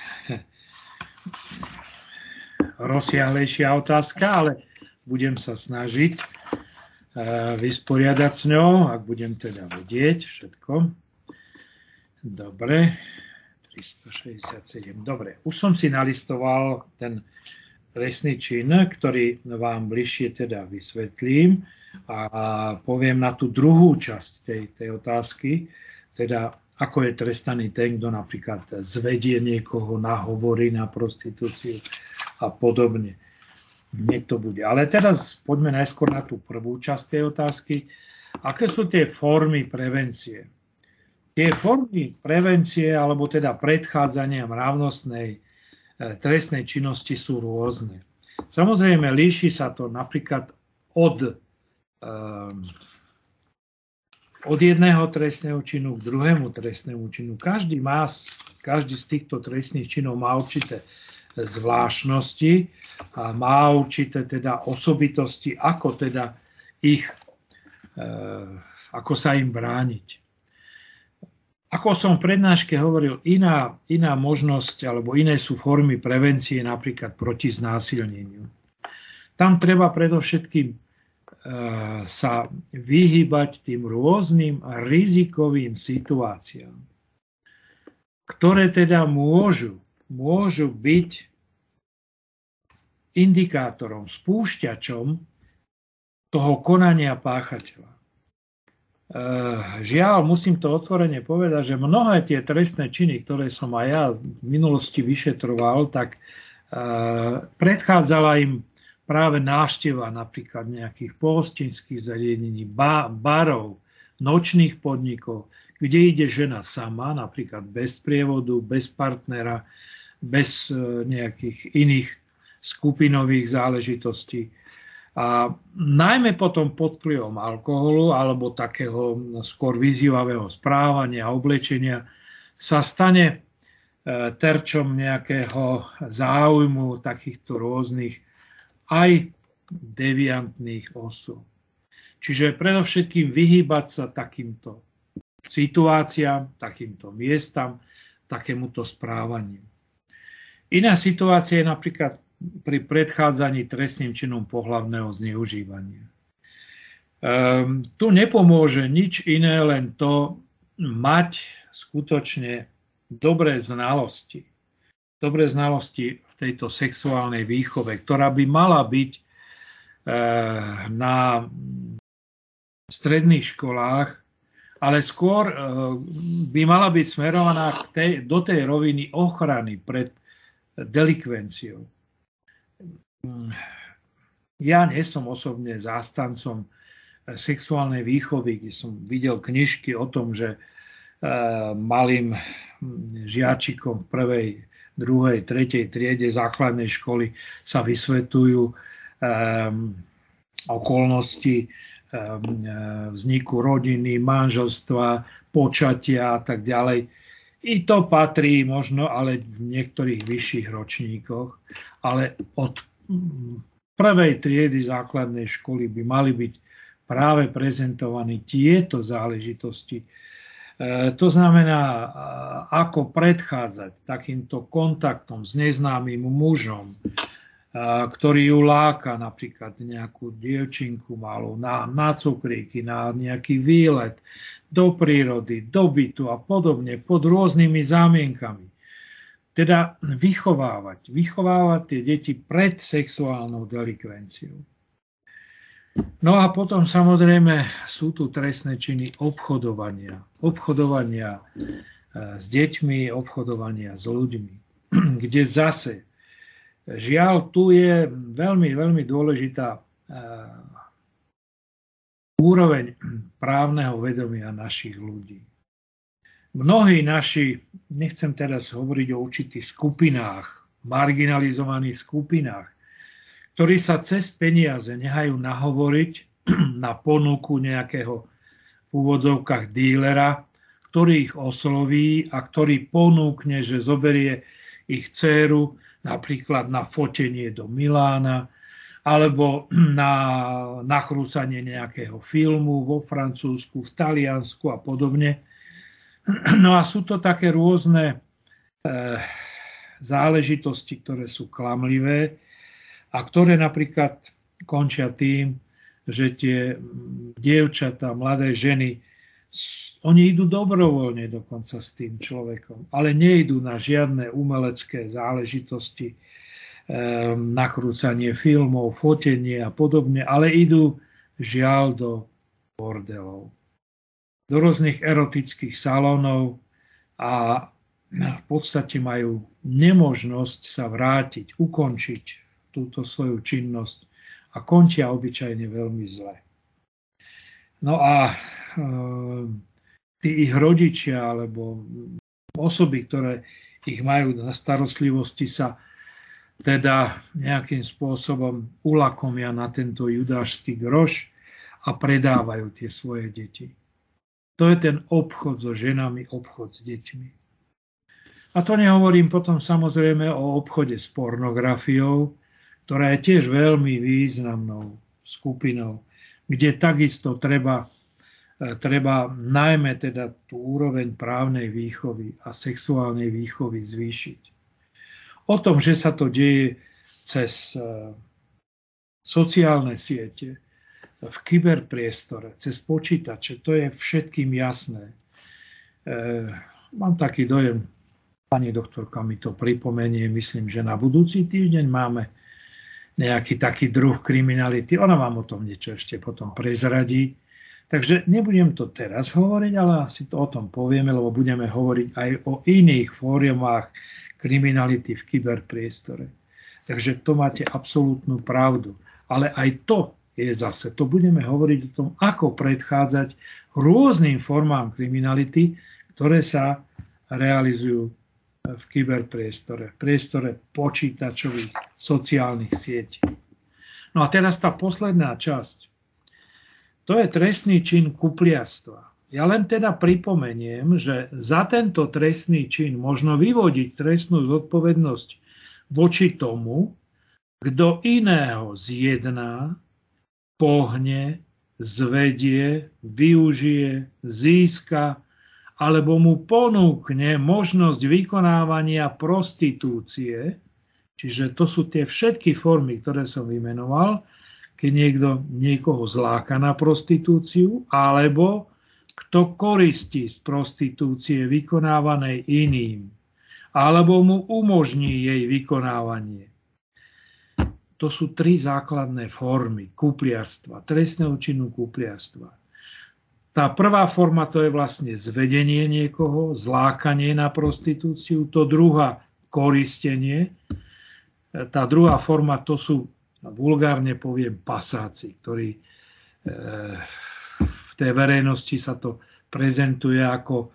rozsiahlejšia otázka, ale budem sa snažiť vysporiadať s ňou, ak budem teda vedieť všetko. Dobre, 367. Dobre, už som si nalistoval ten trestný čin, ktorý vám bližšie teda vysvetlím a poviem na tú druhú časť tej otázky, teda ako je trestaný ten, kto napríklad zvedie niekoho na hovory, na prostitúciu a podobne. Niekto bude. Ale teraz poďme najskôr na tú prvú časť tej otázky. Aké sú tie formy prevencie? Tie formy prevencie, alebo teda predchádzania mravnostnej trestnej činnosti sú rôzne. Samozrejme, líši sa to napríklad od jedného trestného činu k druhému trestnému činu. Každý z týchto trestných činov má určité zvláštnosti a má určité teda osobitosti, ako teda ako sa im brániť. Ako som v prednáške hovoril, iná možnosť alebo iné sú formy prevencie napríklad proti znásilneniu. Tam treba predovšetkým sa vyhýbať tým rôznym rizikovým situáciám, ktoré teda môžu byť indikátorom, spúšťačom toho konania páchateľa. Žiaľ, musím to otvorene povedať, že mnohé tie trestné činy, ktoré som aj ja v minulosti vyšetroval, tak predchádzala im práve návšteva napríklad nejakých pohostinských zariadení, barov, nočných podnikov, kde ide žena sama, napríklad bez sprievodu, bez partnera, bez nejakých iných skupinových záležitostí. A najmä potom pod vplyvom alkoholu alebo takého skôr vyzývavého správania, oblečenia sa stane terčom nejakého záujmu takýchto rôznych aj deviantných osôb. Čiže predovšetkým vyhýbať sa takýmto situáciám, takýmto miestam, takémuto správaniu. Iná situácia je napríklad pri predchádzaní trestným činom pohlavného zneužívania. Tu nepomôže nič iné, len to mať skutočne dobré znalosti. Dobré znalosti v tejto sexuálnej výchove, ktorá by mala byť na stredných školách, ale skôr by mala byť smerovaná do tej roviny ochrany pred delikvenciou. Ja nie som osobne zástancom sexuálnej výchovy, kde som videl knižky o tom, že malým žiačikom v prvej, druhej, tretej triede základnej školy sa vysvetľujú okolnosti vzniku rodiny, manželstva, počatia a tak ďalej. I to patrí možno, ale v niektorých vyšších ročníkoch, ale od prvej triedy základnej školy by mali byť práve prezentovaní tieto záležitosti. To znamená, ako predchádzať takýmto kontaktom s neznámym mužom, ktorý ju láka, napríklad nejakú dievčinku malú, na cukríky, na nejaký výlet do prírody, do bytu a podobne, pod rôznymi zámienkami. Teda vychovávať tie deti pred sexuálnou delikvenciou. No a potom samozrejme sú tu trestné činy obchodovania. Obchodovania s deťmi, obchodovania s ľuďmi. Kde zase, žiaľ, tu je veľmi, veľmi dôležitá úroveň právneho vedomia našich ľudí. Mnohí naši, nechcem teraz hovoriť o určitých skupinách, marginalizovaných skupinách, ktorí sa cez peniaze nehajú nahovoriť na ponuku nejakého v úvodzovkách dílera, ktorý ich osloví a ktorý ponúkne, že zoberie ich dcéru napríklad na fotenie do Milána alebo na nachrúsanie nejakého filmu vo Francúzsku, v Taliansku a podobne. No a sú to také rôzne záležitosti, ktoré sú klamlivé a ktoré napríklad končia tým, že tie dievčatá, mladé ženy, oni idú dobrovoľne dokonca s tým človekom, ale neidú na žiadne umelecké záležitosti, nakrúcanie filmov, fotenie a podobne, ale idú žiaľ do bordelov, do rôznych erotických salónov a v podstate majú nemožnosť sa vrátiť, ukončiť túto svoju činnosť a končia obyčajne veľmi zle. No a tí ich rodičia alebo osoby, ktoré ich majú na starostlivosti, sa teda nejakým spôsobom ulakomia na tento judášsky groš a predávajú tie svoje deti. To je ten obchod so ženami, obchod s deťmi. A to nehovorím potom samozrejme o obchode s pornografiou, ktorá je tiež veľmi významnou skupinou, kde takisto treba najmä teda tú úroveň právnej výchovy a sexuálnej výchovy zvýšiť. O tom, že sa to deje cez sociálne siete, v kyberpriestore, cez počítače, to je všetkým jasné. Mám taký dojem, pani doktorka mi to pripomenie, myslím, že na budúci týždeň máme nejaký taký druh kriminality. Ona vám o tom niečo ešte potom prezradí. Takže nebudem to teraz hovoriť, ale asi to o tom povieme, lebo budeme hovoriť aj o iných fórumách kriminality v kyberpriestore. Takže to máte absolútnu pravdu. Ale aj to je zase, to budeme hovoriť o tom, ako predchádzať rôznym formám kriminality, ktoré sa realizujú v kyberpriestore, v priestore počítačových sociálnych sietí. No a teraz tá posledná časť. To je trestný čin kupliarstva. Ja len teda pripomeniem, že za tento trestný čin možno vyvodiť trestnú zodpovednosť voči tomu, kto iného zjedná, pohne, zvedie, využije, získa alebo mu ponúkne možnosť vykonávania prostitúcie, čiže to sú tie všetky formy, ktoré som vymenoval, keď niekto niekoho zláka na prostitúciu, alebo kto koristí z prostitúcie vykonávanej iným, alebo mu umožní jej vykonávanie. To sú tri základné formy kupliarstva, trestného činu kupliarstva. Tá prvá forma to je vlastne zvedenie niekoho, zlákanie na prostitúciu, to druhá koristenie, tá druhá forma to sú, vulgárne poviem, pasáci, ktorí v tej verejnosti sa to prezentuje ako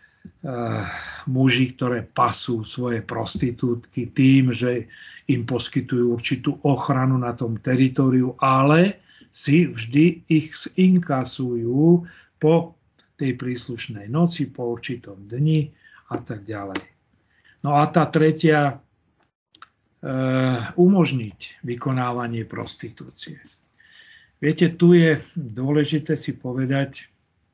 muži, ktoré pasú svoje prostitútky tým, že im poskytujú určitú ochranu na tom teritóriu, ale si vždy ich zinkasujú po tej príslušnej noci, po určitom dni a tak ďalej. No a tá tretia, umožniť vykonávanie prostitúcie. Viete, tu je dôležité si povedať,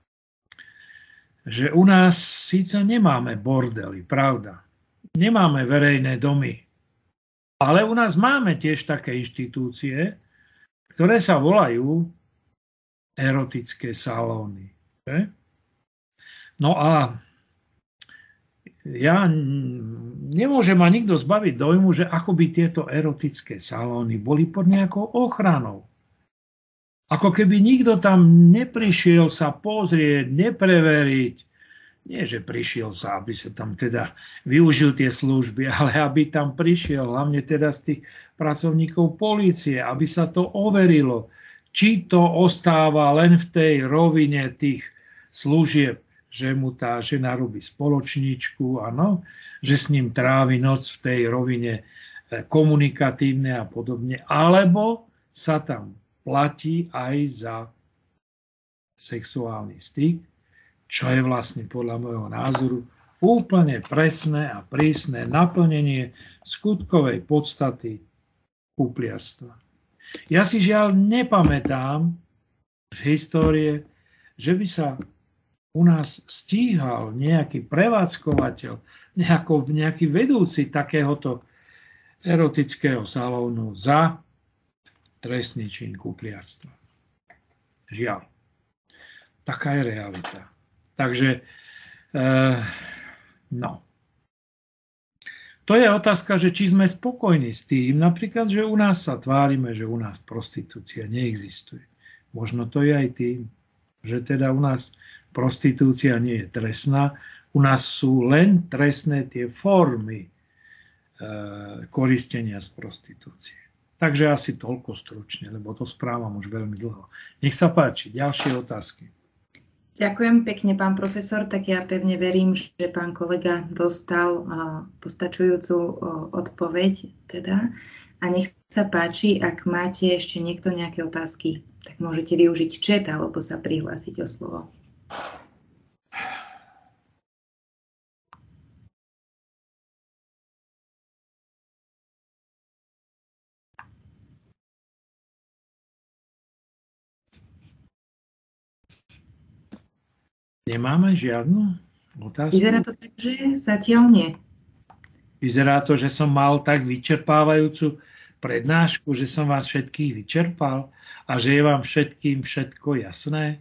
že u nás síce nemáme bordely, pravda, nemáme verejné domy, ale u nás máme tiež také inštitúcie, ktoré sa volajú erotické salóny. No a ja nemôžem ma nikto zbaviť dojmu, že akoby tieto erotické salóny boli pod nejakou ochranou. Ako keby nikto tam neprišiel sa pozrieť, nepreveriť. Nie, že prišiel sa, aby sa tam teda využil tie služby, ale aby tam prišiel, hlavne teda z tých pracovníkov polície, aby sa to overilo, či to ostáva len v tej rovine tých služieb, že mu tá žena robí spoločníčku, áno, že s ním trávi noc v tej rovine komunikatívne a podobne, alebo sa tam platí aj za sexuálny styk, čo je vlastne podľa môjho názoru úplne presné a prísne naplnenie skutkovej podstaty kúpliarstva. Ja si žiaľ nepamätám z histórie, že by sa u nás stíhal nejaký prevádzkovateľ, nejaký vedúci takéhoto erotického salónu za trestný čin kúpliarstva. Žiaľ. Taká je realita. Takže, no. To je otázka, že či sme spokojní s tým, napríklad, že u nás sa tvárime, že u nás prostitúcia neexistuje. Možno to je aj tým, že teda u nás prostitúcia nie je trestná, u nás sú len trestné tie formy koristenia z prostitúcie. Takže asi toľko stručne, lebo to správam už veľmi dlho. Nech sa páči, ďalšie otázky. Ďakujem pekne, pán profesor. Tak ja pevne verím, že pán kolega dostal postačujúcu odpoveď. Teda. A nech sa páči, ak máte ešte niekto nejaké otázky, tak môžete využiť chat alebo sa prihlásiť o slovo. Nemáme žiadnu otázku? Vyzerá to tak, že zatiaľ nie. Vyzerá to, že som mal tak vyčerpávajúcu prednášku, že som vás všetkých vyčerpal a že je vám všetkým všetko jasné?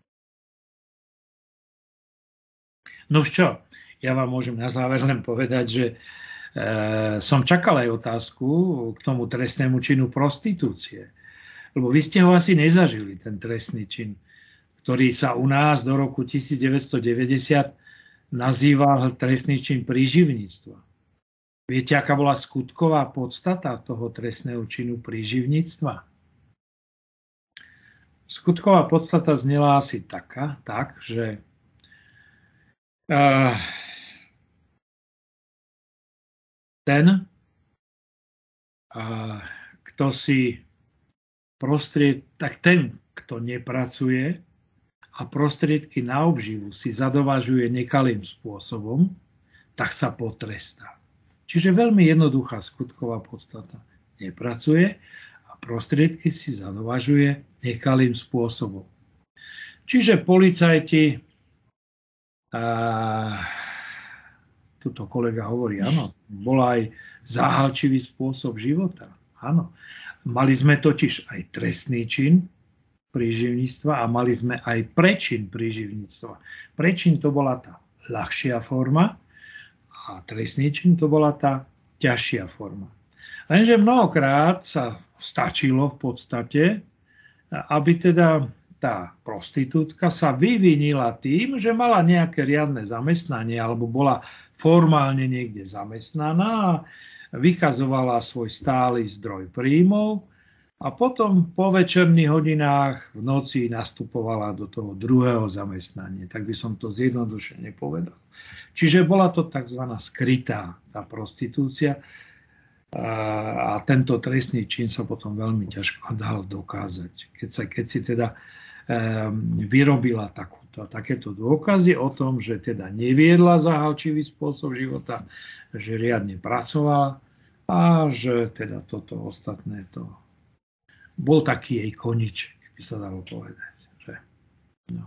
No čo, ja vám môžem na záver len povedať, že som čakal aj otázku k tomu trestnému činu prostitúcie. Lebo vy ste ho asi nezažili, ten trestný čin, ktorý sa u nás do roku 1990 nazýval trestný čin príživníctva. Viete, aká bola skutková podstata toho trestného činu príživníctva? Skutková podstata znela asi tak, že ten, kto nepracuje a prostriedky na obživu si zadovažuje nekalým spôsobom, tak sa potrestá. Čiže veľmi jednoduchá skutková podstata. Nepracuje a prostriedky si zadovažuje nekalým spôsobom. Čiže policajti, tuto kolega hovorí, áno, bol aj záhalčivý spôsob života. Áno. Mali sme totiž aj trestný čin príživníctva a mali sme aj prečin príživníctva. Prečin to bola tá ľahšia forma a trestný čin to bola tá ťažšia forma. Lenže mnohokrát sa stačilo v podstate, aby teda tá prostitútka sa vyvinila tým, že mala nejaké riadne zamestnanie alebo bola formálne niekde zamestnaná a vykazovala svoj stály zdroj príjmov a potom po večerných hodinách v noci nastupovala do toho druhého zamestnania. Tak by som to zjednodušene povedal. Čiže bola to tzv. Skrytá tá prostitúcia a tento trestný čin sa potom veľmi ťažko dal dokázať. Keď si teda vyrobila takéto dôkazy o tom, že teda neviedla záhalčivý spôsob života, že riadne pracovala a že teda toto ostatné to bol taký jej koniček, by sa dalo povedať. Že? No.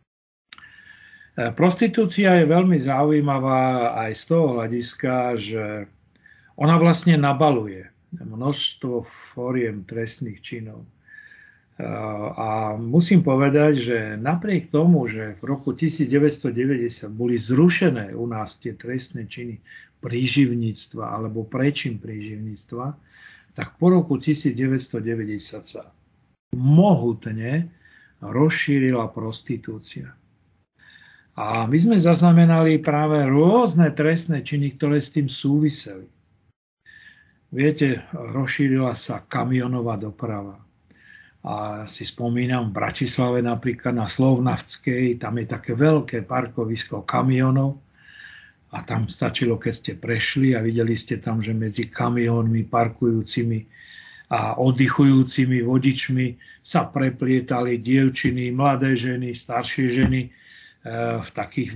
Prostitúcia je veľmi zaujímavá aj z toho hľadiska, že ona vlastne nabaluje množstvo fóriem trestných činov. A musím povedať, že napriek tomu, že v roku 1990 boli zrušené u nás tie trestné činy príživníctva alebo prečin príživníctva, tak po roku 1990 sa mohutne rozšírila prostitúcia. A my sme zaznamenali práve rôzne trestné činy, ktoré s tým súviseli. Viete, rozšírila sa kamionová doprava. A si spomínam v Bratislave napríklad na Slovnavskej, tam je také veľké parkovisko kamionov a tam stačilo, keď ste prešli a videli ste tam, že medzi kamionmi parkujúcimi a oddychujúcimi vodičmi sa preplietali dievčiny, mladé ženy, staršie ženy v takých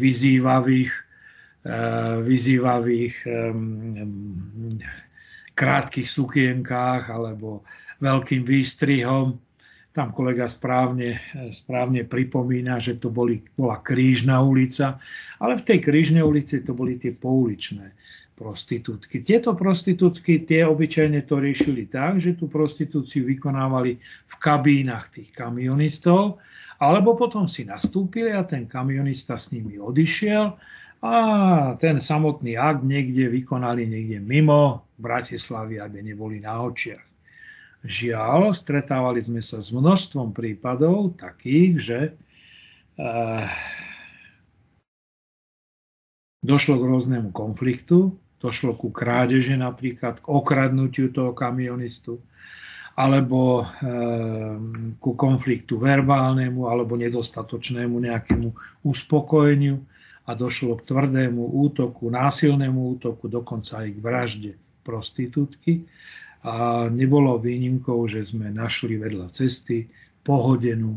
vyzývavých krátkych sukienkách alebo veľkým výstrihom. Tam kolega správne pripomína, že to bola Krížna ulica, ale v tej Krížnej ulici to boli tie pouličné prostitútky. Tieto prostitútky, tie obyčajne to riešili tak, že tú prostitúciu vykonávali v kabínach tých kamionistov, alebo potom si nastúpili a ten kamionista s nimi odišiel a ten samotný akt niekde vykonali niekde mimo Bratislavy, aby neboli na očiach. Žiaľ, stretávali sme sa s množstvom prípadov takých, že došlo k rôznemu konfliktu, došlo ku krádeži napríklad, k okradnutiu toho kamionistu, alebo ku konfliktu verbálnemu, alebo nedostatočnému nejakému uspokojeniu a došlo k tvrdému útoku, násilnému útoku, dokonca aj k vražde prostitútky. A nebolo výnimkou, že sme našli vedľa cesty pohodenú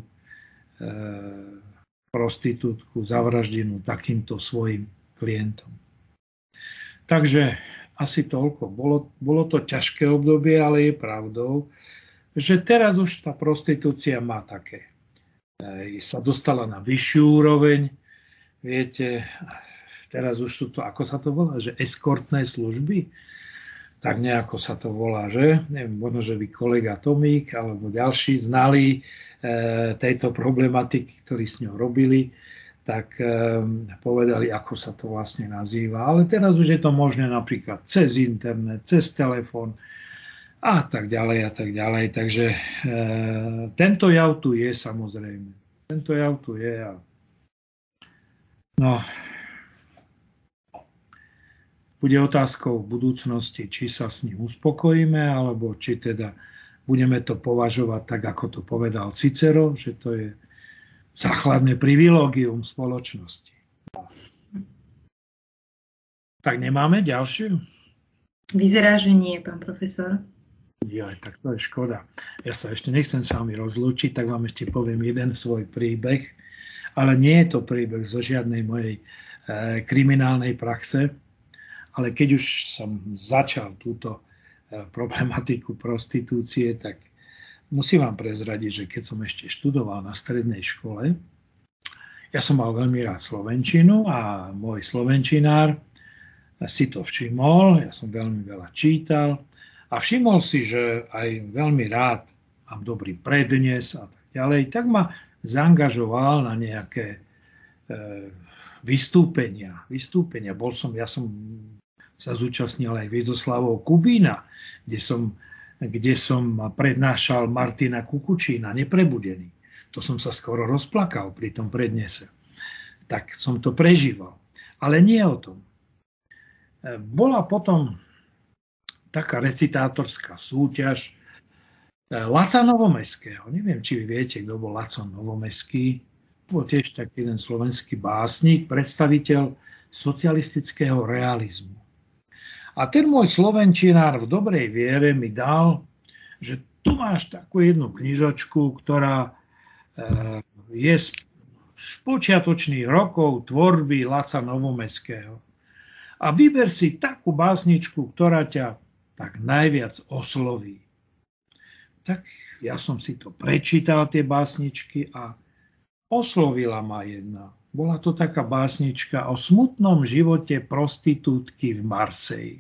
prostitútku zavraždenú takýmto svojim klientom. Takže asi toľko. Bolo to ťažké obdobie, ale je pravdou, že teraz už tá prostitúcia má také. Sa dostala na vyššiu úroveň. Viete, teraz už sú to, ako sa to volá, že eskortné služby. Tak nejako sa to volá, že? Neviem, možno, že by kolega Tomík alebo ďalší znali tejto problematiky, ktorí s ňou robili, tak povedali, ako sa to vlastne nazýva. Ale teraz už je to možné napríklad cez internet, cez telefón a tak ďalej a tak ďalej. Takže tento jav tu je samozrejme. Tento jav tu je a no, bude otázkou v budúcnosti, či sa s ním uspokojíme, alebo či teda budeme to považovať tak, ako to povedal Cicero, že to je základné privilégium spoločnosti. Tak nemáme ďalšiu? Vyzerá, že nie, pán profesor. Joj, tak to je škoda. Ja sa ešte nechcem s vami rozlúčiť, tak vám ešte poviem jeden svoj príbeh, ale nie je to príbeh zo žiadnej mojej kriminálnej praxe, ale keď už som začal túto problematiku prostitúcie, tak musím vám prezradiť, že keď som ešte študoval na strednej škole, ja som mal veľmi rád slovenčinu a môj slovenčinár si to všimol, ja som veľmi veľa čítal a všimol si, že aj veľmi rád mám dobrý prednes a tak ďalej, tak ma zaangažoval na nejaké vystúpenia. Ja som sa zúčastnil aj Viezoslávov Kubína, kde som prednášal Martina Kukučína, Neprebudený. To som sa skoro rozplakal pri tom prednese. Tak som to prežíval. Ale nie o tom. Bola potom taká recitátorská súťaž Laca Novomeského. Neviem, či vy viete, kto bol Laco Novomeský. Bol tiež taký jeden slovenský básnik, predstaviteľ socialistického realizmu. A ten môj slovenčinár v dobrej viere mi dal, že tu máš takú jednu knižočku, ktorá je z počiatočných rokov tvorby Laca Novomeského. A vyber si takú básničku, ktorá ťa tak najviac osloví. Tak ja som si to prečítal, tie básničky, a oslovila ma jedna. Bola to taká básnička o smutnom živote prostitútky v Marseji.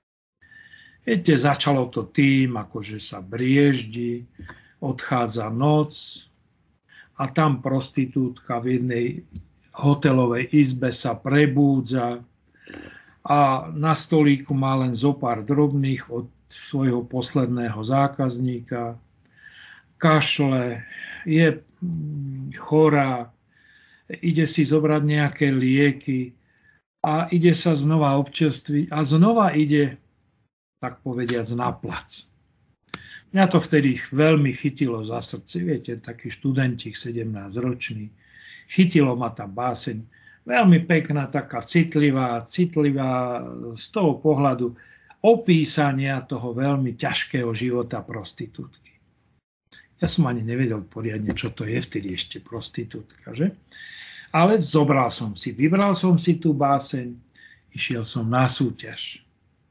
Viete, začalo to tým, akože sa brieždi, odchádza noc a tam prostitútka v jednej hotelovej izbe sa prebúdza a na stolíku má len zo pár drobných od svojho posledného zákazníka. kašle, je chorá, ide si zobrať nejaké lieky a ide sa znova občerstviť a znova ide, tak povediac, na plac. Mňa to vtedy veľmi chytilo za srdce, viete, taký študentík 17-ročný. Chytilo ma tá báseň, veľmi pekná, taká citlivá z toho pohľadu opísania toho veľmi ťažkého života prostitútky. Ja som ani nevedel poriadne, čo to je vtedy ešte prostitútka, že? Ale vybral som si tú báseň, išiel som na súťaž.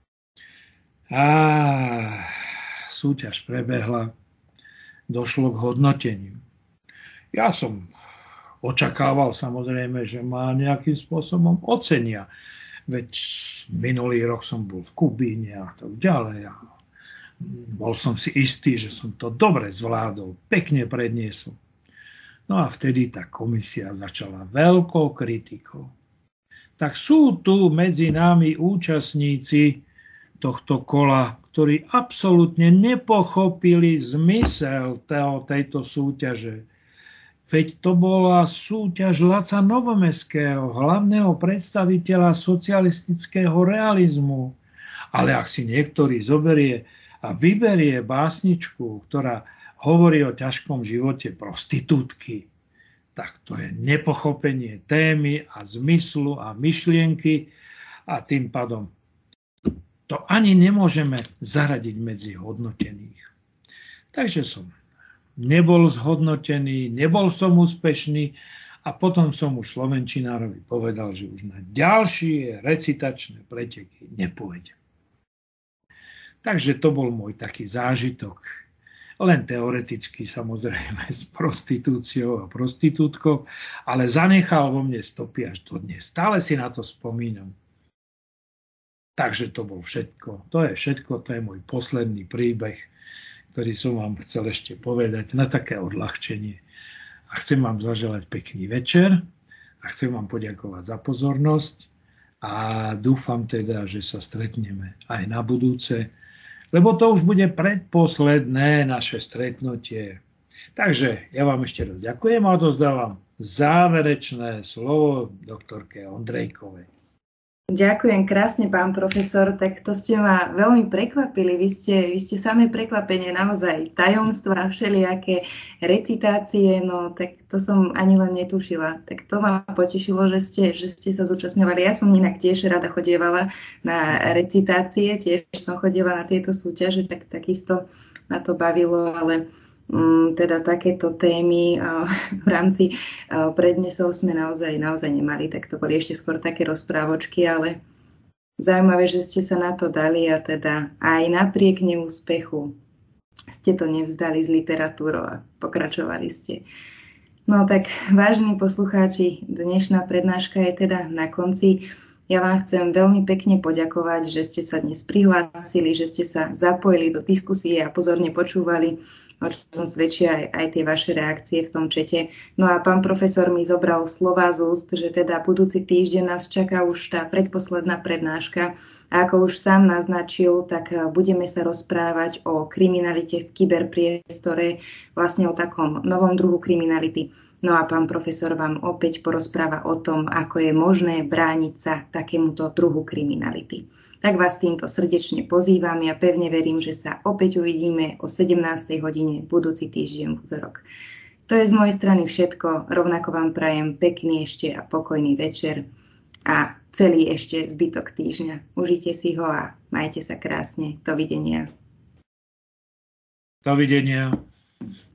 Súťaž prebehla, došlo k hodnoteniu. Ja som očakával samozrejme, že ma nejakým spôsobom ocenia. Veď minulý rok som bol v Kubíne a tak ďalej. A bol som si istý, že som to dobre zvládol, pekne predniesol. No a vtedy tá komisia začala veľkou kritikou. Tak sú tu medzi nami účastníci tohto kola, ktorí absolútne nepochopili zmysel tejto súťaže. Veď to bola súťaž Laca Novomeského, hlavného predstaviteľa socialistického realizmu. Ale ak si niektorý zoberie a vyberie básničku, ktorá hovorí o ťažkom živote prostitútky, tak to je nepochopenie témy a zmyslu a myšlienky a tým pádom to ani nemôžeme zaradiť medzi hodnotených. Takže som nebol zhodnotený, nebol som úspešný a potom som už slovenčinárovi povedal, že už na ďalšie recitačné preteky nepôjdem. Takže to bol môj taký zážitok. Len teoreticky samozrejme s prostitúciou a prostitútkou, ale zanechal vo mne stopy až dodnes. Stále si na to spomínam. Takže to bol všetko. To je všetko, to je môj posledný príbeh, ktorý som vám chcel ešte povedať na také odľahčenie. A chcem vám zaželať pekný večer a chcem vám poďakovať za pozornosť a dúfam teda, že sa stretneme aj na budúce, lebo to už bude predposledné naše stretnutie. Takže ja vám ešte raz ďakujem a odovzdávam záverečné slovo doktorke Ondrejkovej. Ďakujem krásne, pán profesor, tak to ste ma veľmi prekvapili. Vy ste samé prekvapenie, naozaj tajomstvá, všelijaké recitácie, no tak to som ani len netušila. Tak to ma potešilo, že ste sa zúčastňovali. Ja som inak tiež rada chodievala na recitácie, tiež som chodila na tieto súťaže, tak takisto ma to bavilo, ale teda takéto témy v rámci prednesov sme naozaj nemali, tak to boli ešte skôr také rozprávočky, ale zaujímavé, že ste sa na to dali a teda aj napriek neúspechu ste to nevzdali z literatúrou a pokračovali ste. No tak, vážení poslucháči, dnešná prednáška je teda na konci. Ja vám chcem veľmi pekne poďakovať, že ste sa dnes prihlásili, že ste sa zapojili do diskusie a pozorne počúvali, o čom svedčia aj tie vaše reakcie v tom čete. No a pán profesor mi zobral slova z úst, že teda budúci týždeň nás čaká už tá predposledná prednáška. A ako už sám naznačil, tak budeme sa rozprávať o kriminalite v kyberpriestore, vlastne o takom novom druhu kriminality. No a pán profesor vám opäť porozpráva o tom, ako je možné brániť sa takémuto druhu kriminality. Tak vás týmto srdečne pozývam. Ja pevne verím, že sa opäť uvidíme o 17. hodine budúci týždeň v útorok. To je z mojej strany všetko. Rovnako vám prajem pekný ešte a pokojný večer a celý ešte zbytok týždňa. Užite si ho a majte sa krásne. Dovidenia. Dovidenia.